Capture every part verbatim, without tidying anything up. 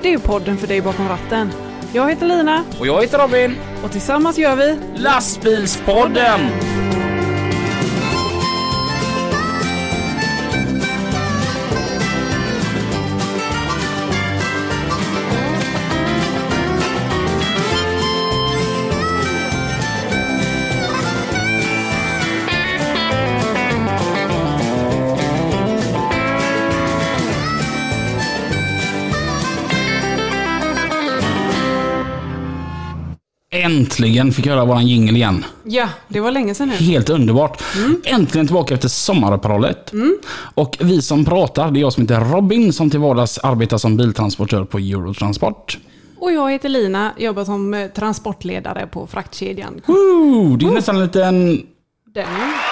det är podden för dig bakom ratten. Jag heter Lina. Och jag heter Robin. Och tillsammans gör vi Lastbilspodden! Äntligen fick jag höra våran jingle igen. Ja, det var länge sedan nu. Helt underbart. Mm. Äntligen tillbaka efter sommaruppehållet. Mm. Och vi som pratar, det är jag som heter Robin som till vardags arbetar som biltransportör på Eurotransport. Och jag heter Lina, jobbar som transportledare på fraktkedjan. Woo, det är oh. nästan lite en... Den.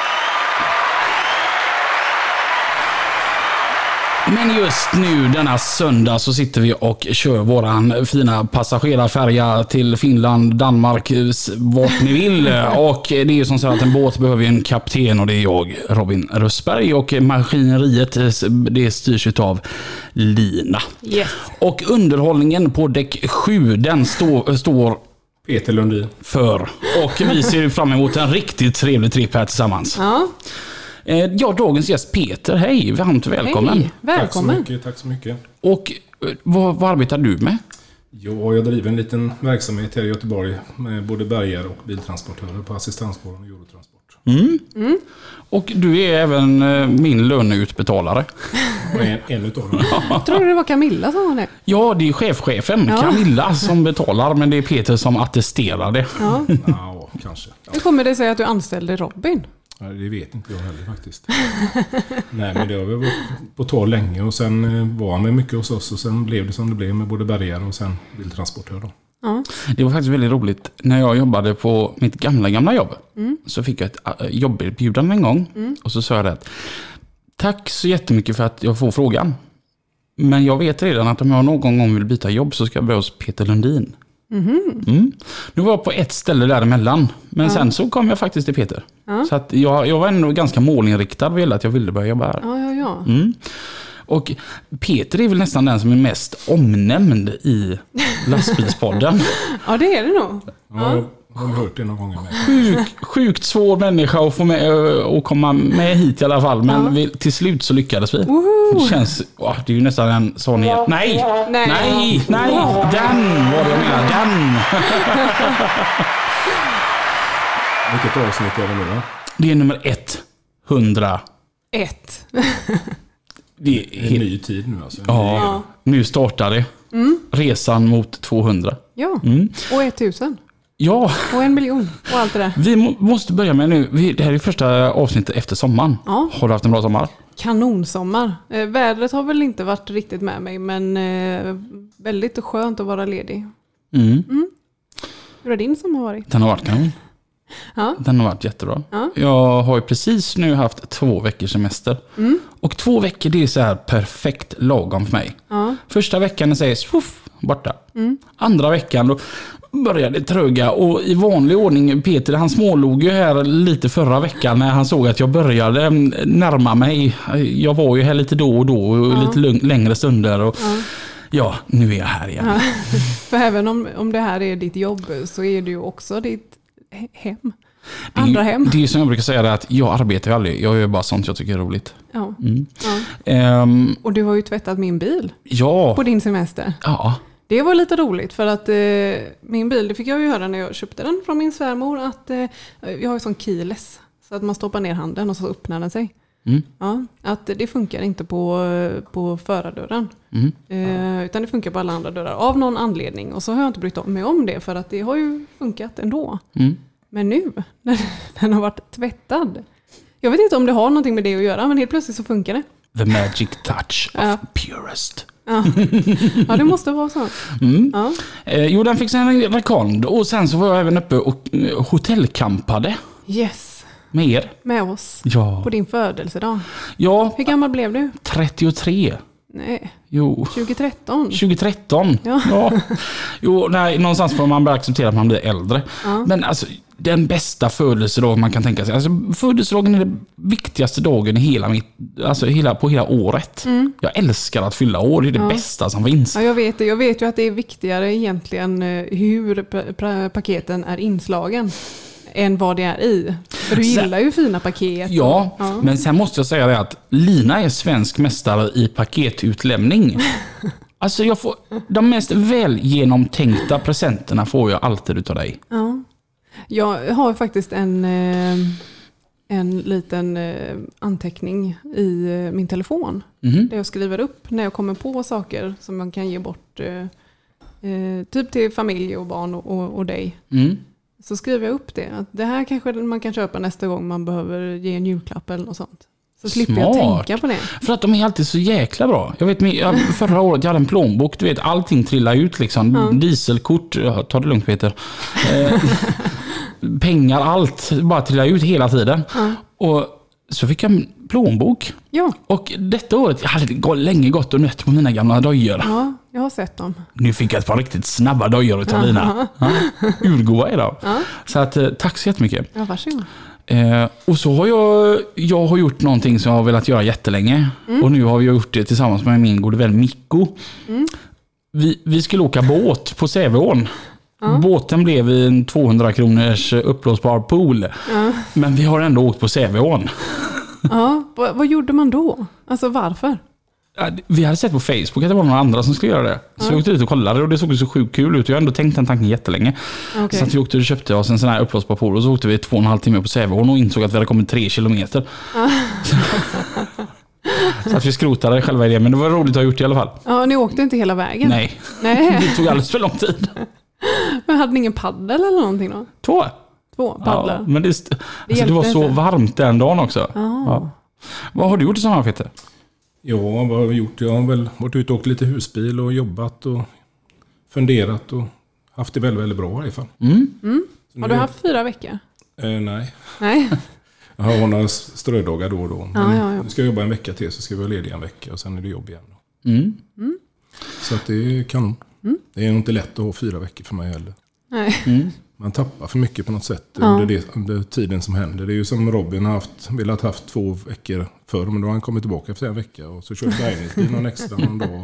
Men just nu denna söndag så sitter vi och kör våran fina passagerarfärja till Finland, Danmark, vart ni vill. Och det är ju som så att en båt behöver en kapten och det är jag, Robin Rösberg. Och maskineriet det styrs av Lina. Yes. Och underhållningen på däck sju den stå, står Peter Lundin för. Och vi ser fram emot en riktigt trevlig tripp här tillsammans. Ja. Ja, dagens gäst Peter, hej, varmt välkommen. Hej, välkommen. Tack så mycket, tack så mycket. Och vad, vad arbetar du med? Jo, jag driver en liten verksamhet här i Göteborg med både bärgare och biltransportörer på assistansspåren och Eurotransport. Mm. Mm. Och du är även min löneutbetalare. Och en, en utav dem. Jag tror det var Camilla som var det. Ja, det är chefchefen, ja. Camilla, som betalar, men det är Peter som attesterar det. Ja, ja kanske. Ja. Hur kommer det sig att du anställde Robin? Ja, det vet inte jag heller faktiskt. Nej, men det har vi varit på tal länge och sen var han med mycket hos oss och sen blev det som det blev med både bärgare och sen biltransportör då. Ja. Det var faktiskt väldigt roligt. När jag jobbade på mitt gamla gamla jobb mm. så fick jag ett jobberbjudande en gång mm. och så sa jag det att tack så jättemycket för att jag får frågan. Men jag vet redan att om jag någon gång vill byta jobb så ska jag börja hos Peter Lundin. Mm-hmm. Mm. Nu var jag på ett ställe däremellan. Men ja. sen så kom jag faktiskt till Peter. Ja. Så att jag, jag var ändå ganska målinriktad vid att jag ville börja jobba här. Ja, ja, ja. Mm. Och Peter är väl nästan den som är mest omnämnd i lastbilspodden. Ja, det är det nog. Ja, jag har hört det någon gång med. Sjuk, sjukt svår människa att få med och komma med hit i alla fall. Men ja. vi, till slut så lyckades vi. Det känns, åh, det är ju nästan en sån helt. Nej, nej, nej, nej, den var det jag menar, den. Vilket avsnitt är det nu då? Det är nummer ett hundra. Ett. Det är en ny tid nu alltså. Ja, ja. Nu startar det. Mm. Resan mot tvåhundra. Ja, mm. och tusen. Ja. Och en miljon och allt det där. Vi må, måste börja med nu. Vi, det här är första avsnittet efter sommaren. Ja. Har du haft en bra sommar? Kanonsommar. Eh, vädret har väl inte varit riktigt med mig, men eh, väldigt skönt att vara ledig. Mm. Mm. Hur har din sommar varit? Den har varit kanon. Ja. Den har varit jättebra. Ja. Jag har ju precis nu haft två veckors semester. Mm. Och två veckor, det är så här perfekt lagom för mig. Ja. Första veckan säger svuff, borta. Mm. Andra veckan då började det tröga. Och i vanlig ordning, Peter han smålog ju här lite förra veckan när han såg att jag började närma mig. Jag var ju här lite då och då och ja. lite lugn, längre stunder och ja. ja, nu är jag här igen. Ja. För även om, om det här är ditt jobb så är det ju också ditt hem. Det är, Andra hem. Det är som jag brukar säga att jag arbetar ju aldrig. Jag gör bara sånt jag tycker är roligt. Ja. Mm. Ja. Um, och du har ju tvättat min bil. Ja. På din semester. Ja. Det var lite roligt för att eh, min bil, det fick jag ju höra när jag köpte den från min svärmor att eh, jag har ju sån keyless så att man stoppar ner handen och så öppnar den sig. Mm. Ja, att det funkar inte på, på förardörren. Mm. Eh, utan det funkar på alla andra dörrar av någon anledning. Och så har jag inte brytt mig om det för att det har ju funkat ändå. Mm. Men nu, när den har varit tvättad. Jag vet inte om det har någonting med det att göra, men helt plötsligt så funkar det. The magic touch of ja. purest. Ja. ja, det måste vara så. Mm. Ja. Eh, jo, den fick sig en rekord. Och sen så var jag även uppe och hotellkampade. Yes. Med er. Med oss. Ja. På din födelsedag. Ja. Hur gammal blev du? trettiotre. Nej. Jo. tjugo-tretton. tjugo-tretton. Ja. ja. Jo, nej, någonstans får man bara acceptera att man blir äldre. Ja. Men alltså, den bästa födelsedag man kan tänka sig. Alltså, födelsedagen är den viktigaste dagen i hela mitt, alltså hela, på hela året. Mm. Jag älskar att fylla år, det är det ja. bästa som finns. Ja, jag vet det. Jag vet ju att det är viktigare egentligen hur p- paketen är inslagen än vad det är i. För du gillar ju fina paket. Ja, ja, men sen måste jag säga det att Lina är svensk mästare i paketutlämning. Alltså jag får, de mest väl genomtänkta presenterna får jag alltid utav dig. Ja. Jag har faktiskt en, en liten anteckning i min telefon. Mm. Där jag skriver upp när jag kommer på saker som man kan ge bort. Typ till familj och barn och, och, och dig. Mm. Så skriver jag upp det. Att det här kanske man kan köpa nästa gång man behöver ge en julklapp eller något sånt. Så slipper Smart. jag tänka på det. För att de är alltid så jäkla bra. Jag vet, jag, förra året jag hade en plånbok. Du vet, allting trillar ut liksom. Ja. Dieselkort, ta det lugnt Peter. Eh, pengar, allt. Bara trillar ut hela tiden. Ja. Och så fick jag en plånbok. Ja. Och detta året, jag hade länge gått och nött på mina gamla dojor. Ja, jag har sett dem. Nu fick jag ett par riktigt snabba dojor utav Lina. Ja. Urgoda är de. Ja. Så att, tack så jättemycket. Ja, varsågod. Eh, och så har jag, jag har gjort någonting som jag har velat göra jättelänge. Mm. Och nu har vi gjort det tillsammans med min gode vän Mikko. Mm. Vi, vi skulle åka båt på Säveån. Ja. Båten blev en tvåhundra kronors upplåsbar pool. Ja. Men vi har ändå åkt på Säveån. Ja, vad, vad gjorde man då? Alltså varför? Ja, vi hade sett på Facebook att det var några andra som skulle göra det. Så ja. vi åkte ut och kollade och det såg så sjukt kul ut. Jag har ändå tänkt den tanken jättelänge. Okay. Så att vi åkte och köpte oss en sån här upplåsbar pool och så åkte vi två och en halv timme på Säveån och insåg att vi hade kommit tre kilometer. Ja. Så att vi skrotade själva idén, men det var roligt att ha gjort det i alla fall. Ja, ni åkte inte hela vägen? Nej, Nej. Det tog alldeles för lång tid. Men hade ni ingen paddel eller någonting då? Två. Två paddlar? Ja, men det, det, alltså det var så inte. varmt den dagen också. Ja. Vad har du gjort i sommar, Peter? Ja, vad har jag gjort? Jag har väl varit ute och åkt lite husbil och jobbat och funderat och haft det väldigt, väldigt bra i alla fall. Mm. Mm. Har du haft fyra veckor? Eh, nej. Nej. Jag har några strödagar då och då. Ja, ja, ja. Nu ska jag jobba en vecka till så ska vi vara lediga en vecka och sen är det jobb igen. Då. Mm. Mm. Så att det är kanon. Mm. Det är inte lätt att ha fyra veckor för mig heller. Nej. Mm. Man tappar för mycket på något sätt ja. under, det, under tiden som händer. Det är ju som Robin har haft, velat haft två veckor förr, men då har han kommit tillbaka efter en vecka och så kör bärgningsbil någon extra någon dag.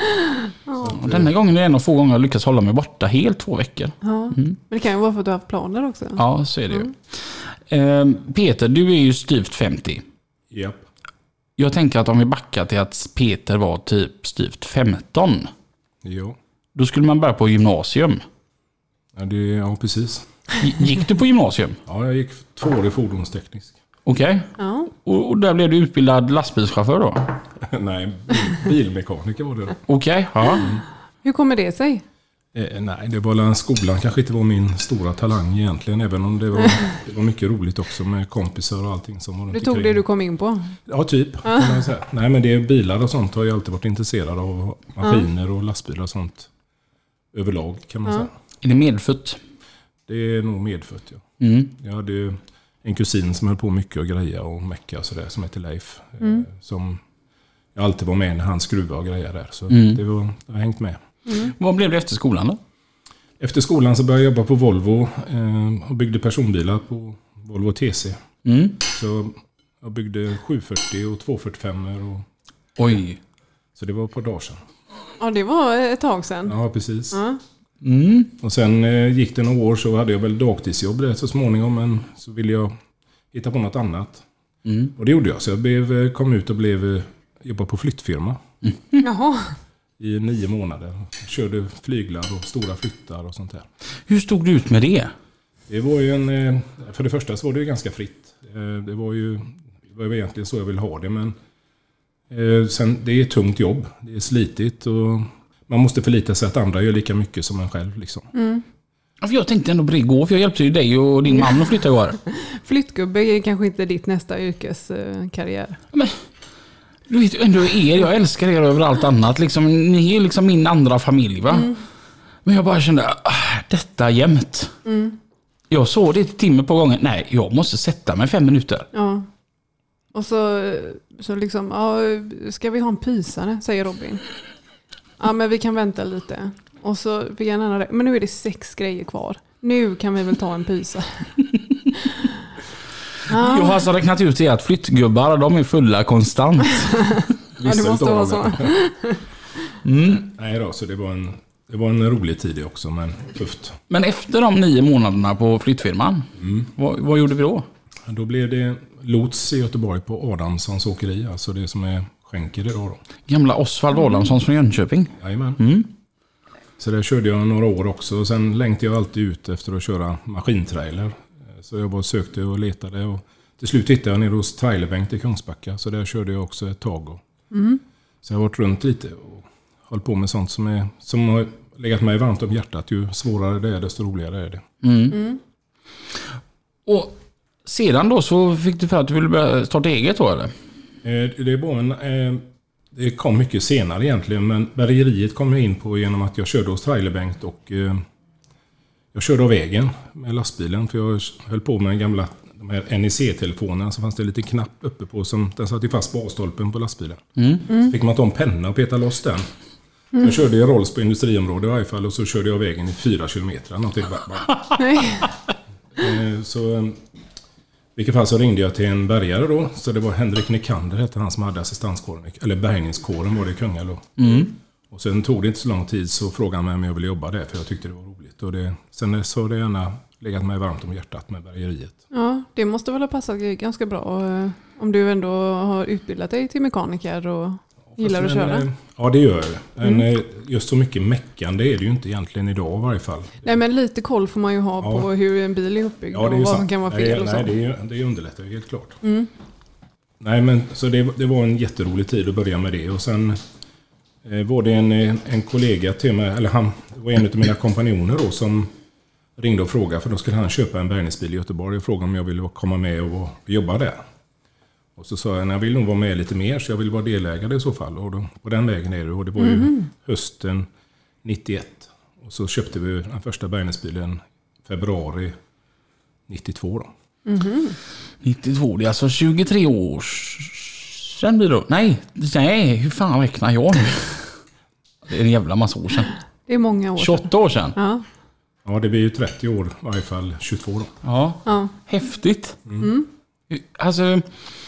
Ja. Att, denna gången är det en av få gånger jag lyckas hålla mig borta helt två veckor. Ja. Mm. Men det kan ju vara för att du har haft planer också. Ja, så är det mm. ju. Eh, Peter, du är ju styvt femtio. Ja. Jag tänker att om vi backar till att Peter var typ styvt femton. Jo. Då skulle man börja på gymnasium. Ja, det, ja, precis. Gick du på gymnasium? Ja, jag gick två år i fordonsteknisk. Okej. Okay. Ja. Och, och där blev du utbildad lastbilschaufför då? Nej, bilmekaniker var det då. Okej, okay. Ja. Mm. Hur kommer det sig? Eh, nej, det var skolan kanske inte var min stora talang egentligen. Även om det var, det var mycket roligt också med kompisar och allting som var. Du tog det du kom in på? Ja, typ. Kan man säga. Nej, men det är bilar och sånt har jag alltid varit intresserad av. Maskiner och lastbilar och sånt överlag kan man ja. säga. Är det medfött? Det är nog medfött, ja. Mm. Jag hade en kusin som höll på mycket och greja och mecka och sådär som heter Leif. Mm. Som jag alltid var med när han skruvade och grejer där. Så mm. det var, jag har hängt med. Mm. Vad blev det efter skolan då? Efter skolan så började jag jobba på Volvo eh, och byggde personbilar på Volvo T C. Mm. Så jag byggde sjuhundrafyrtio och tvåhundrafyrtiofem och oj. Så det var ett par dagar sedan. Ja, det var ett tag sedan. Ja, precis. Ja. Mm. Och sen eh, gick det några år så hade jag väl dagtidsjobb där så småningom, men så ville jag hitta på något annat. Mm. Och det gjorde jag, så jag blev, kom ut och blev jobbade på flyttfirma. Mm. Jaha. I nio månader. Körde flyglar och stora flyttar och sånt där. Hur stod du ut med det? Det var ju en, för det första så var det ju ganska fritt. Det var ju, det var egentligen så jag ville ha det, men sen det är ett tungt jobb. Det är slitigt och man måste förlita sig att andra gör lika mycket som en själv liksom. Mm. Ja, för jag tänkte ändå på det igår, för jag hjälpte ju dig och din man att flytta igår. Flyttgubbe är kanske inte ditt nästa yrkeskarriär. Men du vet ändå er, jag älskar er över allt annat. Liksom, ni är liksom min andra familj, va? Mm. Men jag bara kände, detta jämt. Mm. Jag såg det till timme på gången. Nej, jag måste sätta mig fem minuter. Ja. Och så, så liksom, ja, ska vi ha en pysare, säger Robin. Ja, men vi kan vänta lite. Och så fick jag en annan, men nu är det sex grejer kvar. Nu kan vi väl ta en pysa. Ja. Jag har alltså räknat ut det att flyttgubbar, de är fulla konstant. Ja, det måste vara så. Mm. Nej då, så det var en, det var en rolig tid också, men tufft. Men efter de nio månaderna på flyttfirman, mm. vad, vad gjorde vi då? Då blev det lots i Göteborg på Adamssons åkeri, alltså det som är skänker idag då. Gamla Osvald Adamssons från Jönköping. Jajamän. Mm. Så där körde jag några år också, och sen längtade jag alltid ut efter att köra maskintrailer. Så jag bara sökte och letade, och till slut hittade jag nere hos Trailerbänk i Kungsbacka, så där körde jag också ett tag. Och mm. Så jag har varit runt lite och hållit på med sånt som, är, som har legat mig varmt om hjärtat. Ju svårare det är, desto roligare är det. Mm. Mm. Och sedan då så fick du för att du ville börja starta eget då, eller? Eh, det var en... Eh, det kom mycket senare egentligen, men bergeriet kom jag in på genom att jag körde hos Trailerbänk, och eh, jag körde av vägen med lastbilen, för jag höll på med den gamla, de här N E C-telefonerna, så fanns det en liten knapp uppe på som den satt i fast på avstolpen på lastbilen. Mm. Mm. Så fick man ta en penna och peta loss den. Mm. Jag körde i Rolls på industriområdet i varje fall, och så körde jag vägen i fyra kilometer. Någonting bara. Så i vilket fall så ringde jag till en bärgare då, så det var Henrik Nykander hette han som hade assistanskåren, eller bärgningskåren var det i Kungälv då. Mm. Och sen tog det inte så lång tid, så frågade han mig om jag ville jobba där, för jag tyckte det var roligt. Och det, sen så har det gärna legat mig varmt om hjärtat med bergeriet. Ja, det måste väl ha passat ganska bra om du ändå har utbildat dig till mekaniker och gillar att köra. En, ja, det gör jag. En, mm. Just så mycket meckande är det ju inte egentligen idag i varje fall. Nej, men lite koll får man ju ha ja. på hur en bil är uppbyggd, ja, är och vad sant. som kan vara fel. Nej, och så. Nej, det, är, det underlättar ju helt klart. Mm. Nej, men så det, det var en jätterolig tid att börja med det. Och sen eh, var det en, en kollega till mig, eller han det var en av mina kompanjoner då, som ringde och frågade, för då skulle han köpa en bärgningsbil i Göteborg och frågade om jag ville komma med och jobba där. Och så sa jag, jag vill nog vara med lite mer, så jag vill vara delägare i så fall. Och då, på den vägen är det. Och det var ju mm. hösten nittioett. Och så köpte vi den första bärgningsbilen februari nittiotvå då. Mm. nittiotvå, det är alltså tjugotre år sedan blir det. Nej, nej, hur fan räknar jag nu? Det är en jävla massa år sedan. Det är många år sedan. tjugoåtta år sedan. Ja. Ja, det blir ju trettio år, i varje fall tjugotvå då. Ja, ja. Häftigt. Mm. Alltså,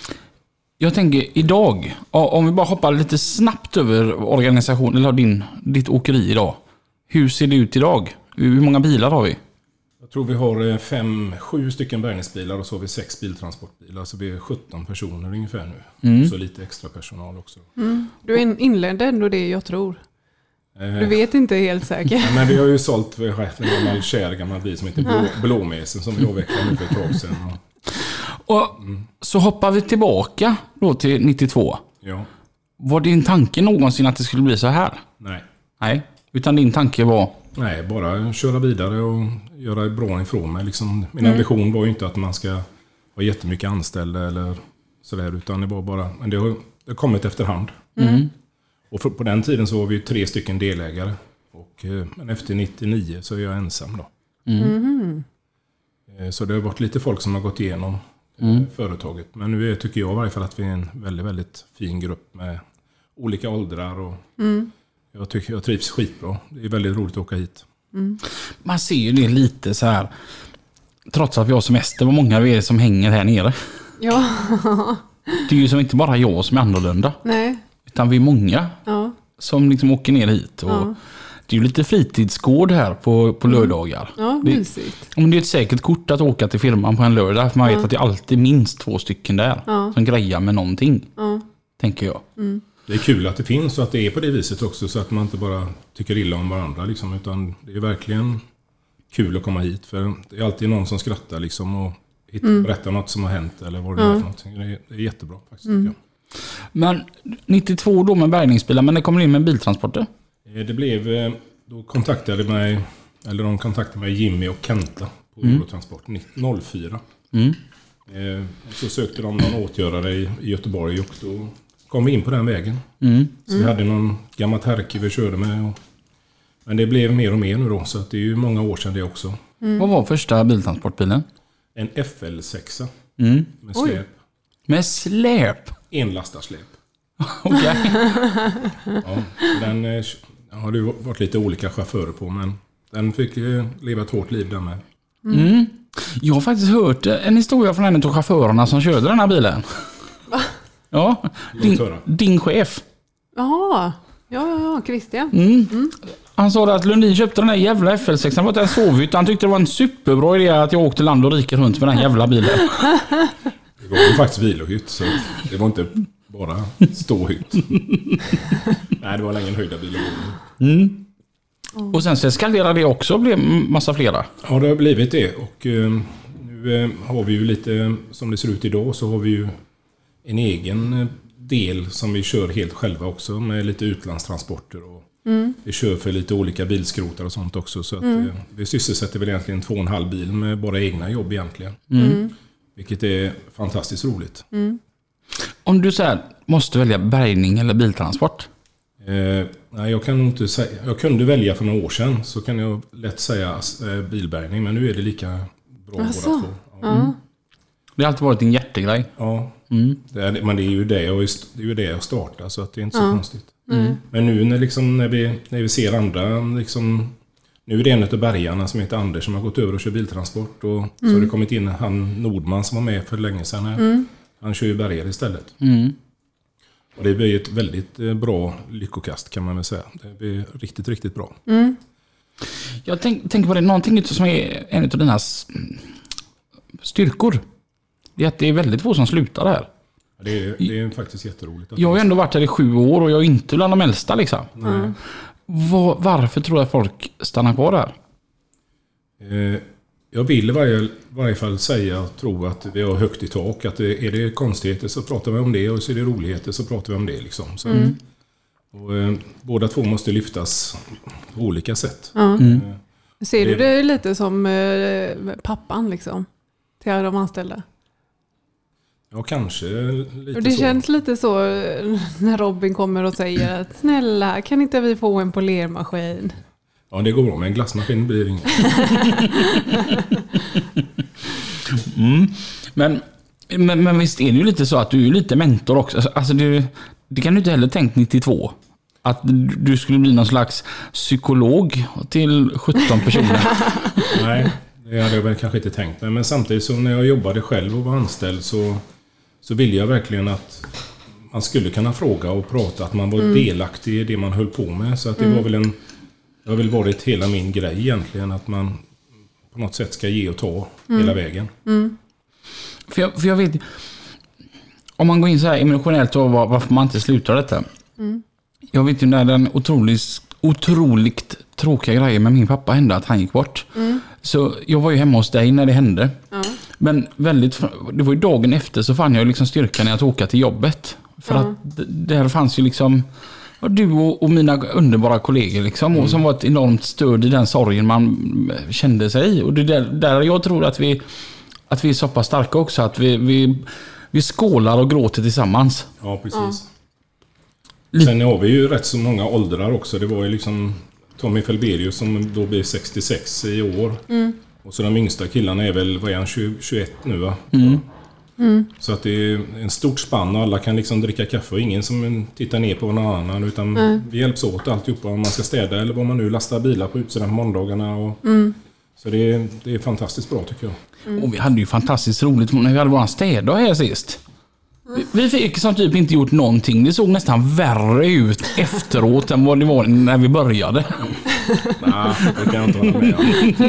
jag tänker idag, om vi bara hoppar lite snabbt över organisationen, eller din, ditt åkeri idag. Hur ser det ut idag? Hur många bilar har vi? Jag tror vi har fem, sju stycken bärgningsbilar, och så har vi sex biltransportbilar. Så vi är sjutton personer ungefär nu. Mm. Så lite extra personal också. Mm. Du inledde ändå det jag tror. Du vet inte helt säkert. Ja, men vi har ju sålt, vi har haft en gammal kär gammal bil som heter Blå, Blåmesen, som vi avvecklade för ett tag sedan. Och mm. så hoppar vi tillbaka då till nittiotvå. Ja. Var din tanke någonsin att det skulle bli så här? Nej. Nej, utan din tanke var? Nej, bara köra vidare och göra bra ifrån mig. Liksom, min mm. ambition var ju inte att man ska ha jättemycket anställda eller sådär, utan det var bara, men det har, det har kommit efterhand. Mm. Och för, på den tiden så var vi tre stycken delägare. Och, men efter nittionio så är jag ensam då. Mm. Så det har varit lite folk som har gått igenom mm. företaget. Men nu är, tycker jag i varje fall att vi är en väldigt, väldigt fin grupp med olika åldrar. Och mm. jag tycker jag trivs skitbra. Det är väldigt roligt att åka hit. Mm. Man ser ju det lite så här. Trots att vi har semester, vad många vi är som hänger här nere. Ja. Det är ju som inte bara jag som är annorlunda. Nej. Utan vi är många ja. som liksom åker ner hit. Och ja. det är ju lite fritidsgård här på, på lördagar. Ja, mysigt. Det, det är ett säkert kort att åka till firman på en lördag. För man ja. vet att det är alltid minst två stycken där. Ja. Som grejar med någonting. Ja. Tänker jag. Mm. Det är kul att det finns och att det är på det viset också. Så att man inte bara tycker illa om varandra. Liksom, utan det är verkligen kul att komma hit. För det är alltid någon som skrattar liksom, och hitta, mm. berättar något som har hänt. Eller vad det ja. är för någonting. Det är, det är jättebra faktiskt, mm. tycker jag. Men nittiotvå då med bärgningsbilar, men det kommer in med biltransporter? Det blev, då kontaktade mig, eller de kontaktade mig Jimmy och Kenta på mm. Eurotransport noll fyra. Mm. Eh, så sökte de någon åtgörare i, i Göteborg, och då kom vi in på den vägen. Mm. Så vi hade någon gammal Terke vi körde med. Och, men det blev mer och mer nu då, så att det är ju många år sedan det också. Mm. Vad var första biltransportbilen? En F L sex mm. med släp. Oj. Med släp? Enlastarsläp. Okej. Okay. Ja, den har det varit lite olika chaufförer på, men den fick leva ett hårt liv där med. Mm. Mm. Jag har faktiskt hört en historia från en av chaufförerna som körde den här bilen. Va? Ja, din, din chef. Jaha, ja, ja, ja, Christian. Mm. Mm. Han sa att Lundin köpte den här jävla F L sex. Han var inte en sovhytt. Han tyckte det var en superbra idé att jag åkte land och rike runt med den jävla bilen. Det var ju faktiskt vilohytt, så det var inte bara ståhytt. Nej, det var länge en höjda bil. Mm. Mm. Och sen så eskalerade det också och blev massa flera. Ja, det har blivit det. Och eh, nu eh, har vi ju lite, som det ser ut idag, så har vi ju en egen del som vi kör helt själva också med lite utlandstransporter. Och mm. vi kör för lite olika bilskrotar och sånt också. Så att, mm. eh, vi sysselsätter väl egentligen två och en halv bil med bara egna jobb egentligen. Mm. Vilket är fantastiskt roligt. Mm. Om du så här, måste välja bärgning eller biltransport? Eh, nej, jag kan nog inte säga. Jag kunde välja för några år sedan, så kan jag lätt säga eh, bilbärgning. Men nu är det lika bra alltså, båda två. Ja. Mm. Det har alltid varit en hjärtegrej. Ja, mm. det är, men det är ju det jag, det är ju det jag startar, så att det är inte så ja. konstigt. Mm. Men nu när, liksom, när, vi, när vi ser andra, liksom, nu är det en av bergarna som heter Anders som har gått över och kör biltransport. Och mm. så har det kommit in han Nordman som var med för länge sedan här. Mm. Han kör ju bergare istället. Mm. Och det blir ett väldigt bra lyckokast, kan man väl säga. Det blir riktigt, riktigt bra. Mm. Jag tänk, tänker på det, någonting som är en av dina styrkor. Det är att det är väldigt få som slutar här. Ja, det, är, det är faktiskt jätteroligt. Jag har ju ändå varit här i sju år och jag är inte bland de äldsta liksom. Mm. Var, varför tror jag att folk stannar kvar där? Eh, jag vill i varje, varje fall säga och tro att vi har högt i tak. Att det, är det konstigheter så pratar vi om det, och så är det roligheter så pratar vi om det. Liksom. Så, mm. och, eh, båda två måste lyftas på olika sätt. Mm. Eh, Ser du det lite som eh, pappan liksom, till de anställda? Ja, kanske lite det så. Känns lite så när Robin kommer och säger att snälla, kan inte vi få en polermaskin? Ja, det går bra, men en glassmaskin blir inget. mm. men, men, men visst är det ju lite så att du är lite mentor också. Alltså du, det kan du inte heller tänkt nittiotvå. Att du skulle bli någon slags psykolog till sjutton personer. Nej, det hade jag väl kanske inte tänkt mig. Men samtidigt så när jag jobbade själv och var anställd så, så ville jag verkligen att man skulle kunna fråga och prata. Att man var mm. delaktig i det man höll på med. Så att det mm. var väl en... Det har väl varit hela min grej egentligen, att man på något sätt ska ge och ta mm. hela vägen. Mm. För, jag, för jag vet, om man går in så här emotionellt och var, varför man inte slutar detta. Mm. Jag vet ju när den otroligt, otroligt tråkiga grejen med min pappa hände, att han gick bort. Mm. Så jag var ju hemma hos dig när det hände. Mm. Men väldigt, det var ju dagen efter så fann jag liksom styrkan i att åka till jobbet. För mm. att där fanns ju liksom... Och du och, och mina underbara kollegor liksom, mm. och som var ett enormt stöd i den sorgen man kände sig. Och det där, där jag tror att vi, att vi är så pass starka också, att vi, vi, vi skålar och gråter tillsammans. Ja, precis. Ja. Sen har vi ju rätt så många åldrar också. Det var ju liksom Tommy Felberius som då blir sextiosex i år. Mm. Och så de yngsta killarna är väl, vad är han, tjugo, tjugoett nu va? Mm. Mm. Så att det är en stort spann och alla kan liksom dricka kaffe och ingen som tittar ner på någon annan, utan mm. vi hjälps åt alltihopa om man ska städa eller vad man nu lastar bilar på utsidan på måndagarna. Och mm. Så det är, det är fantastiskt bra tycker jag. Mm. Och vi hade ju fantastiskt roligt när vi hade våran städdag här sist. Mm. Vi fick som typ inte gjort någonting. Det såg nästan värre ut efteråt än vad det var när vi började. Nej, det kan jag inte hålla med om.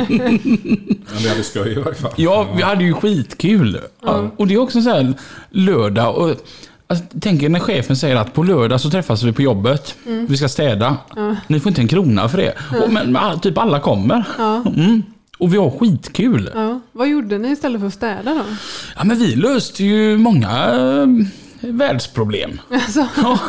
Men vi hade skoj i varje fall. Ja, vi hade ju skitkul. Mm. Och det är också så här lördag. Och, alltså, tänk er när chefen säger att på lördag så träffas vi på jobbet. Mm. Vi ska städa. Mm. Ni får inte en krona för det. Mm. Och, men, men typ alla kommer. Mm. Och vi har skitkul. Ja. Vad gjorde ni istället för att städa då? Ja, men vi löste ju många äh, världsproblem. Alltså. Ja.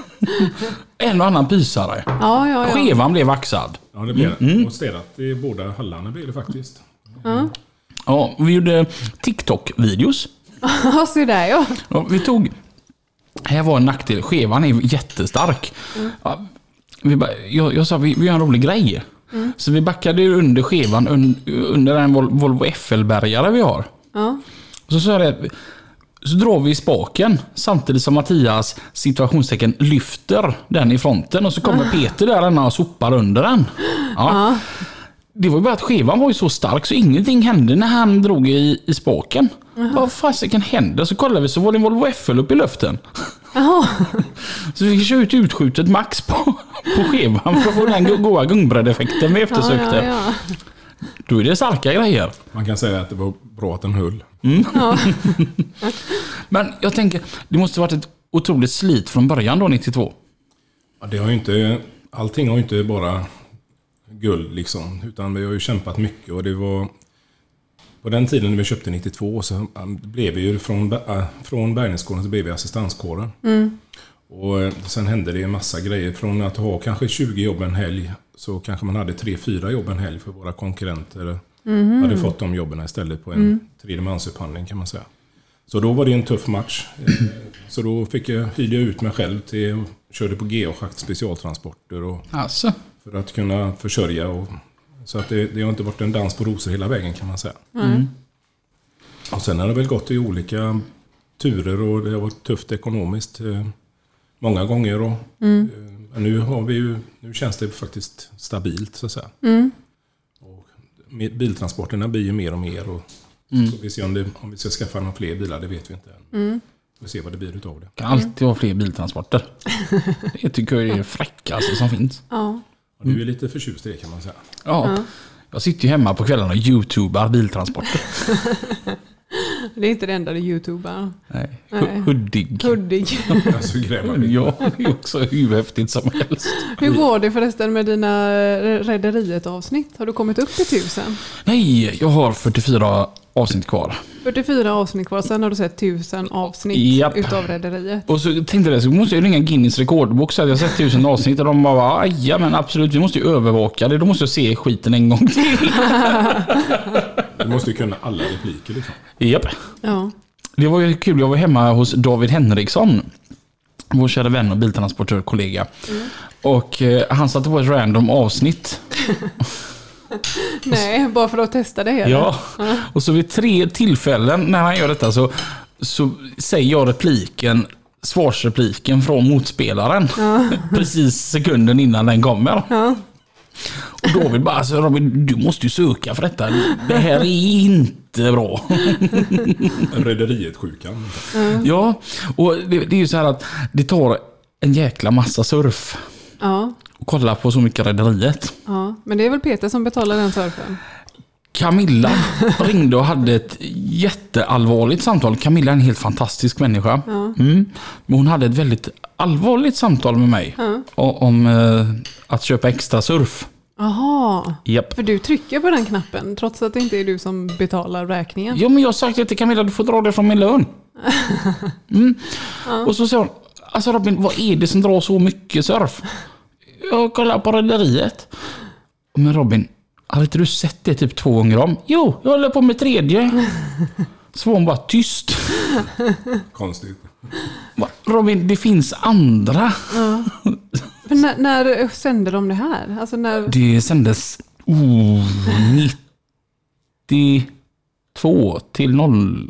En och annan pysare. Ja, ja, ja. Skevan blev vaxad. Ja, det blev det. Mm. Och städat i båda hallarna blev det faktiskt. Ja, ja, vi gjorde TikTok-videos. Ja, så där ja. Ja. Vi tog... Här var en nackdel. Skevan är jättestark. Mm. Ja, vi bara, jag, jag sa, vi, vi gör en rolig grej. Mm. Så vi backade under skevan un, under en Volvo F L-bärgare vi har. Ja. Och så sa jag det, så drar vi i spaken samtidigt som Mattias situationstecken lyfter den i fronten och så kommer ja. Peter där och sopar under den. Ja. Ja. det var ju bara att skevan var ju så stark så ingenting hände när han drog i, i spaken. Uh-huh. Vad fasiken hände? Så kollade vi så var det en Volvo F L upp i luften. Uh-huh. Så vi fick köra ut utskjutet max på, på skevan för att få den goda gungbrädeffekten vi eftersökte. Ja, ja, ja. Då är det starka grejer. Man kan säga att det var bra att den höll. Mm. Ja. Men jag tänker, det måste ha varit ett otroligt slit från början då, nittiotvå. Ja, det har ju inte, allting har ju inte bara guld liksom, utan vi har ju kämpat mycket och det var på den tiden när vi köpte nittiotvå så blev vi ju från, äh, från bärgningskåren så blev vi assistanskåren. Mm. Och sen hände det en massa grejer. Från att ha kanske tjugo jobb en helg så kanske man hade tre fyra jobb en helg för våra konkurrenter mm. hade fått de jobben istället på en mm. tredjemansuphandling kan man säga. Så då var det en tuff match. Så då fick jag hyra ut mig själv till körde på G A-schakt specialtransporter och alltså. För att kunna försörja och, så att det, det har inte varit en dans på rosor hela vägen kan man säga. Mm. Och sen har det väl gått i olika turer och det har varit tufft ekonomiskt många gånger och mm. nu har vi ju, nu känns det faktiskt stabilt så att säga. Mm. Och biltransporterna blir ju mer och mer och mm. så vi ser om, det, om vi ska skaffa några fler bilar, det vet vi inte än. Mm. Vi ser vad det blir utav det. Det kan alltid vara fler biltransporter. Det tycker jag är det fräckaste som finns. Ja. Och du är lite förtjust i det kan man säga. Ja, ja. Jag sitter ju hemma på kvällarna och youtubar biltransporter. Det är inte det enda du youtubar. Nej, Nej. Huddig. Huddig. Alltså grämmer det. Ja, det är också hur häftigt som helst. Hur går det förresten med dina Rederiet-avsnitt? Har du kommit upp i tusen? Nej, jag har fyrtiofyra avsnitt kvar. fyrtiofyra avsnitt kvar, sen har du sett tusen avsnitt Japp. utav Rederiet. Och så tänkte jag, så måste jag ringa Guinness rekordbok så att jag har sett tusen avsnitt och de bara, ja men absolut, vi måste ju övervaka det. Då måste jag se skiten en gång till. Du måste ju kunna alla repliker liksom. Japp. Ja. Det var ju kul, jag var hemma hos David Henriksson, vår kära vän och biltransportörkollega. Mm. Och eh, han satte på ett random avsnitt. Nej, bara för att testa det hela. Ja, ja. Och så vid tre tillfällen när han gör detta så, så säger jag repliken, svarsrepliken från motspelaren. Ja. Precis sekunden innan den kommer. Ja. Och då vill bara, alltså Robin, du måste ju söka för detta. Det här är inte bra. Rederiet-sjukan. Mm. Ja, och det, det är ju så här att det tar en jäkla massa surf. Ja. Och kolla på så mycket Rederiet. Ja, men det är väl Peter som betalar den surfen? Camilla ringde och hade ett jätteallvarligt samtal. Camilla är en helt fantastisk människa. Ja. Mm. Men hon hade ett väldigt allvarligt samtal med mig. Ja. Om eh, att köpa extra surf. Jaha, Japp. För du trycker på den knappen trots att det inte är du som betalar räkningen. Ja, men jag har sagt till Camilla, du får dra det från min lön. Mm. Ja. Och så sa hon, alltså Robin, vad är det som drar så mycket surf? Jag kollar på Rederiet. Men Robin, har inte du sett det typ två gånger om? Jo, jag håller på med tredje. Så var hon bara tyst. Konstigt. Robin, det finns andra. Ja. Men när, när sände de det här? Alltså när... Det sändes oh, nittiotvå till noll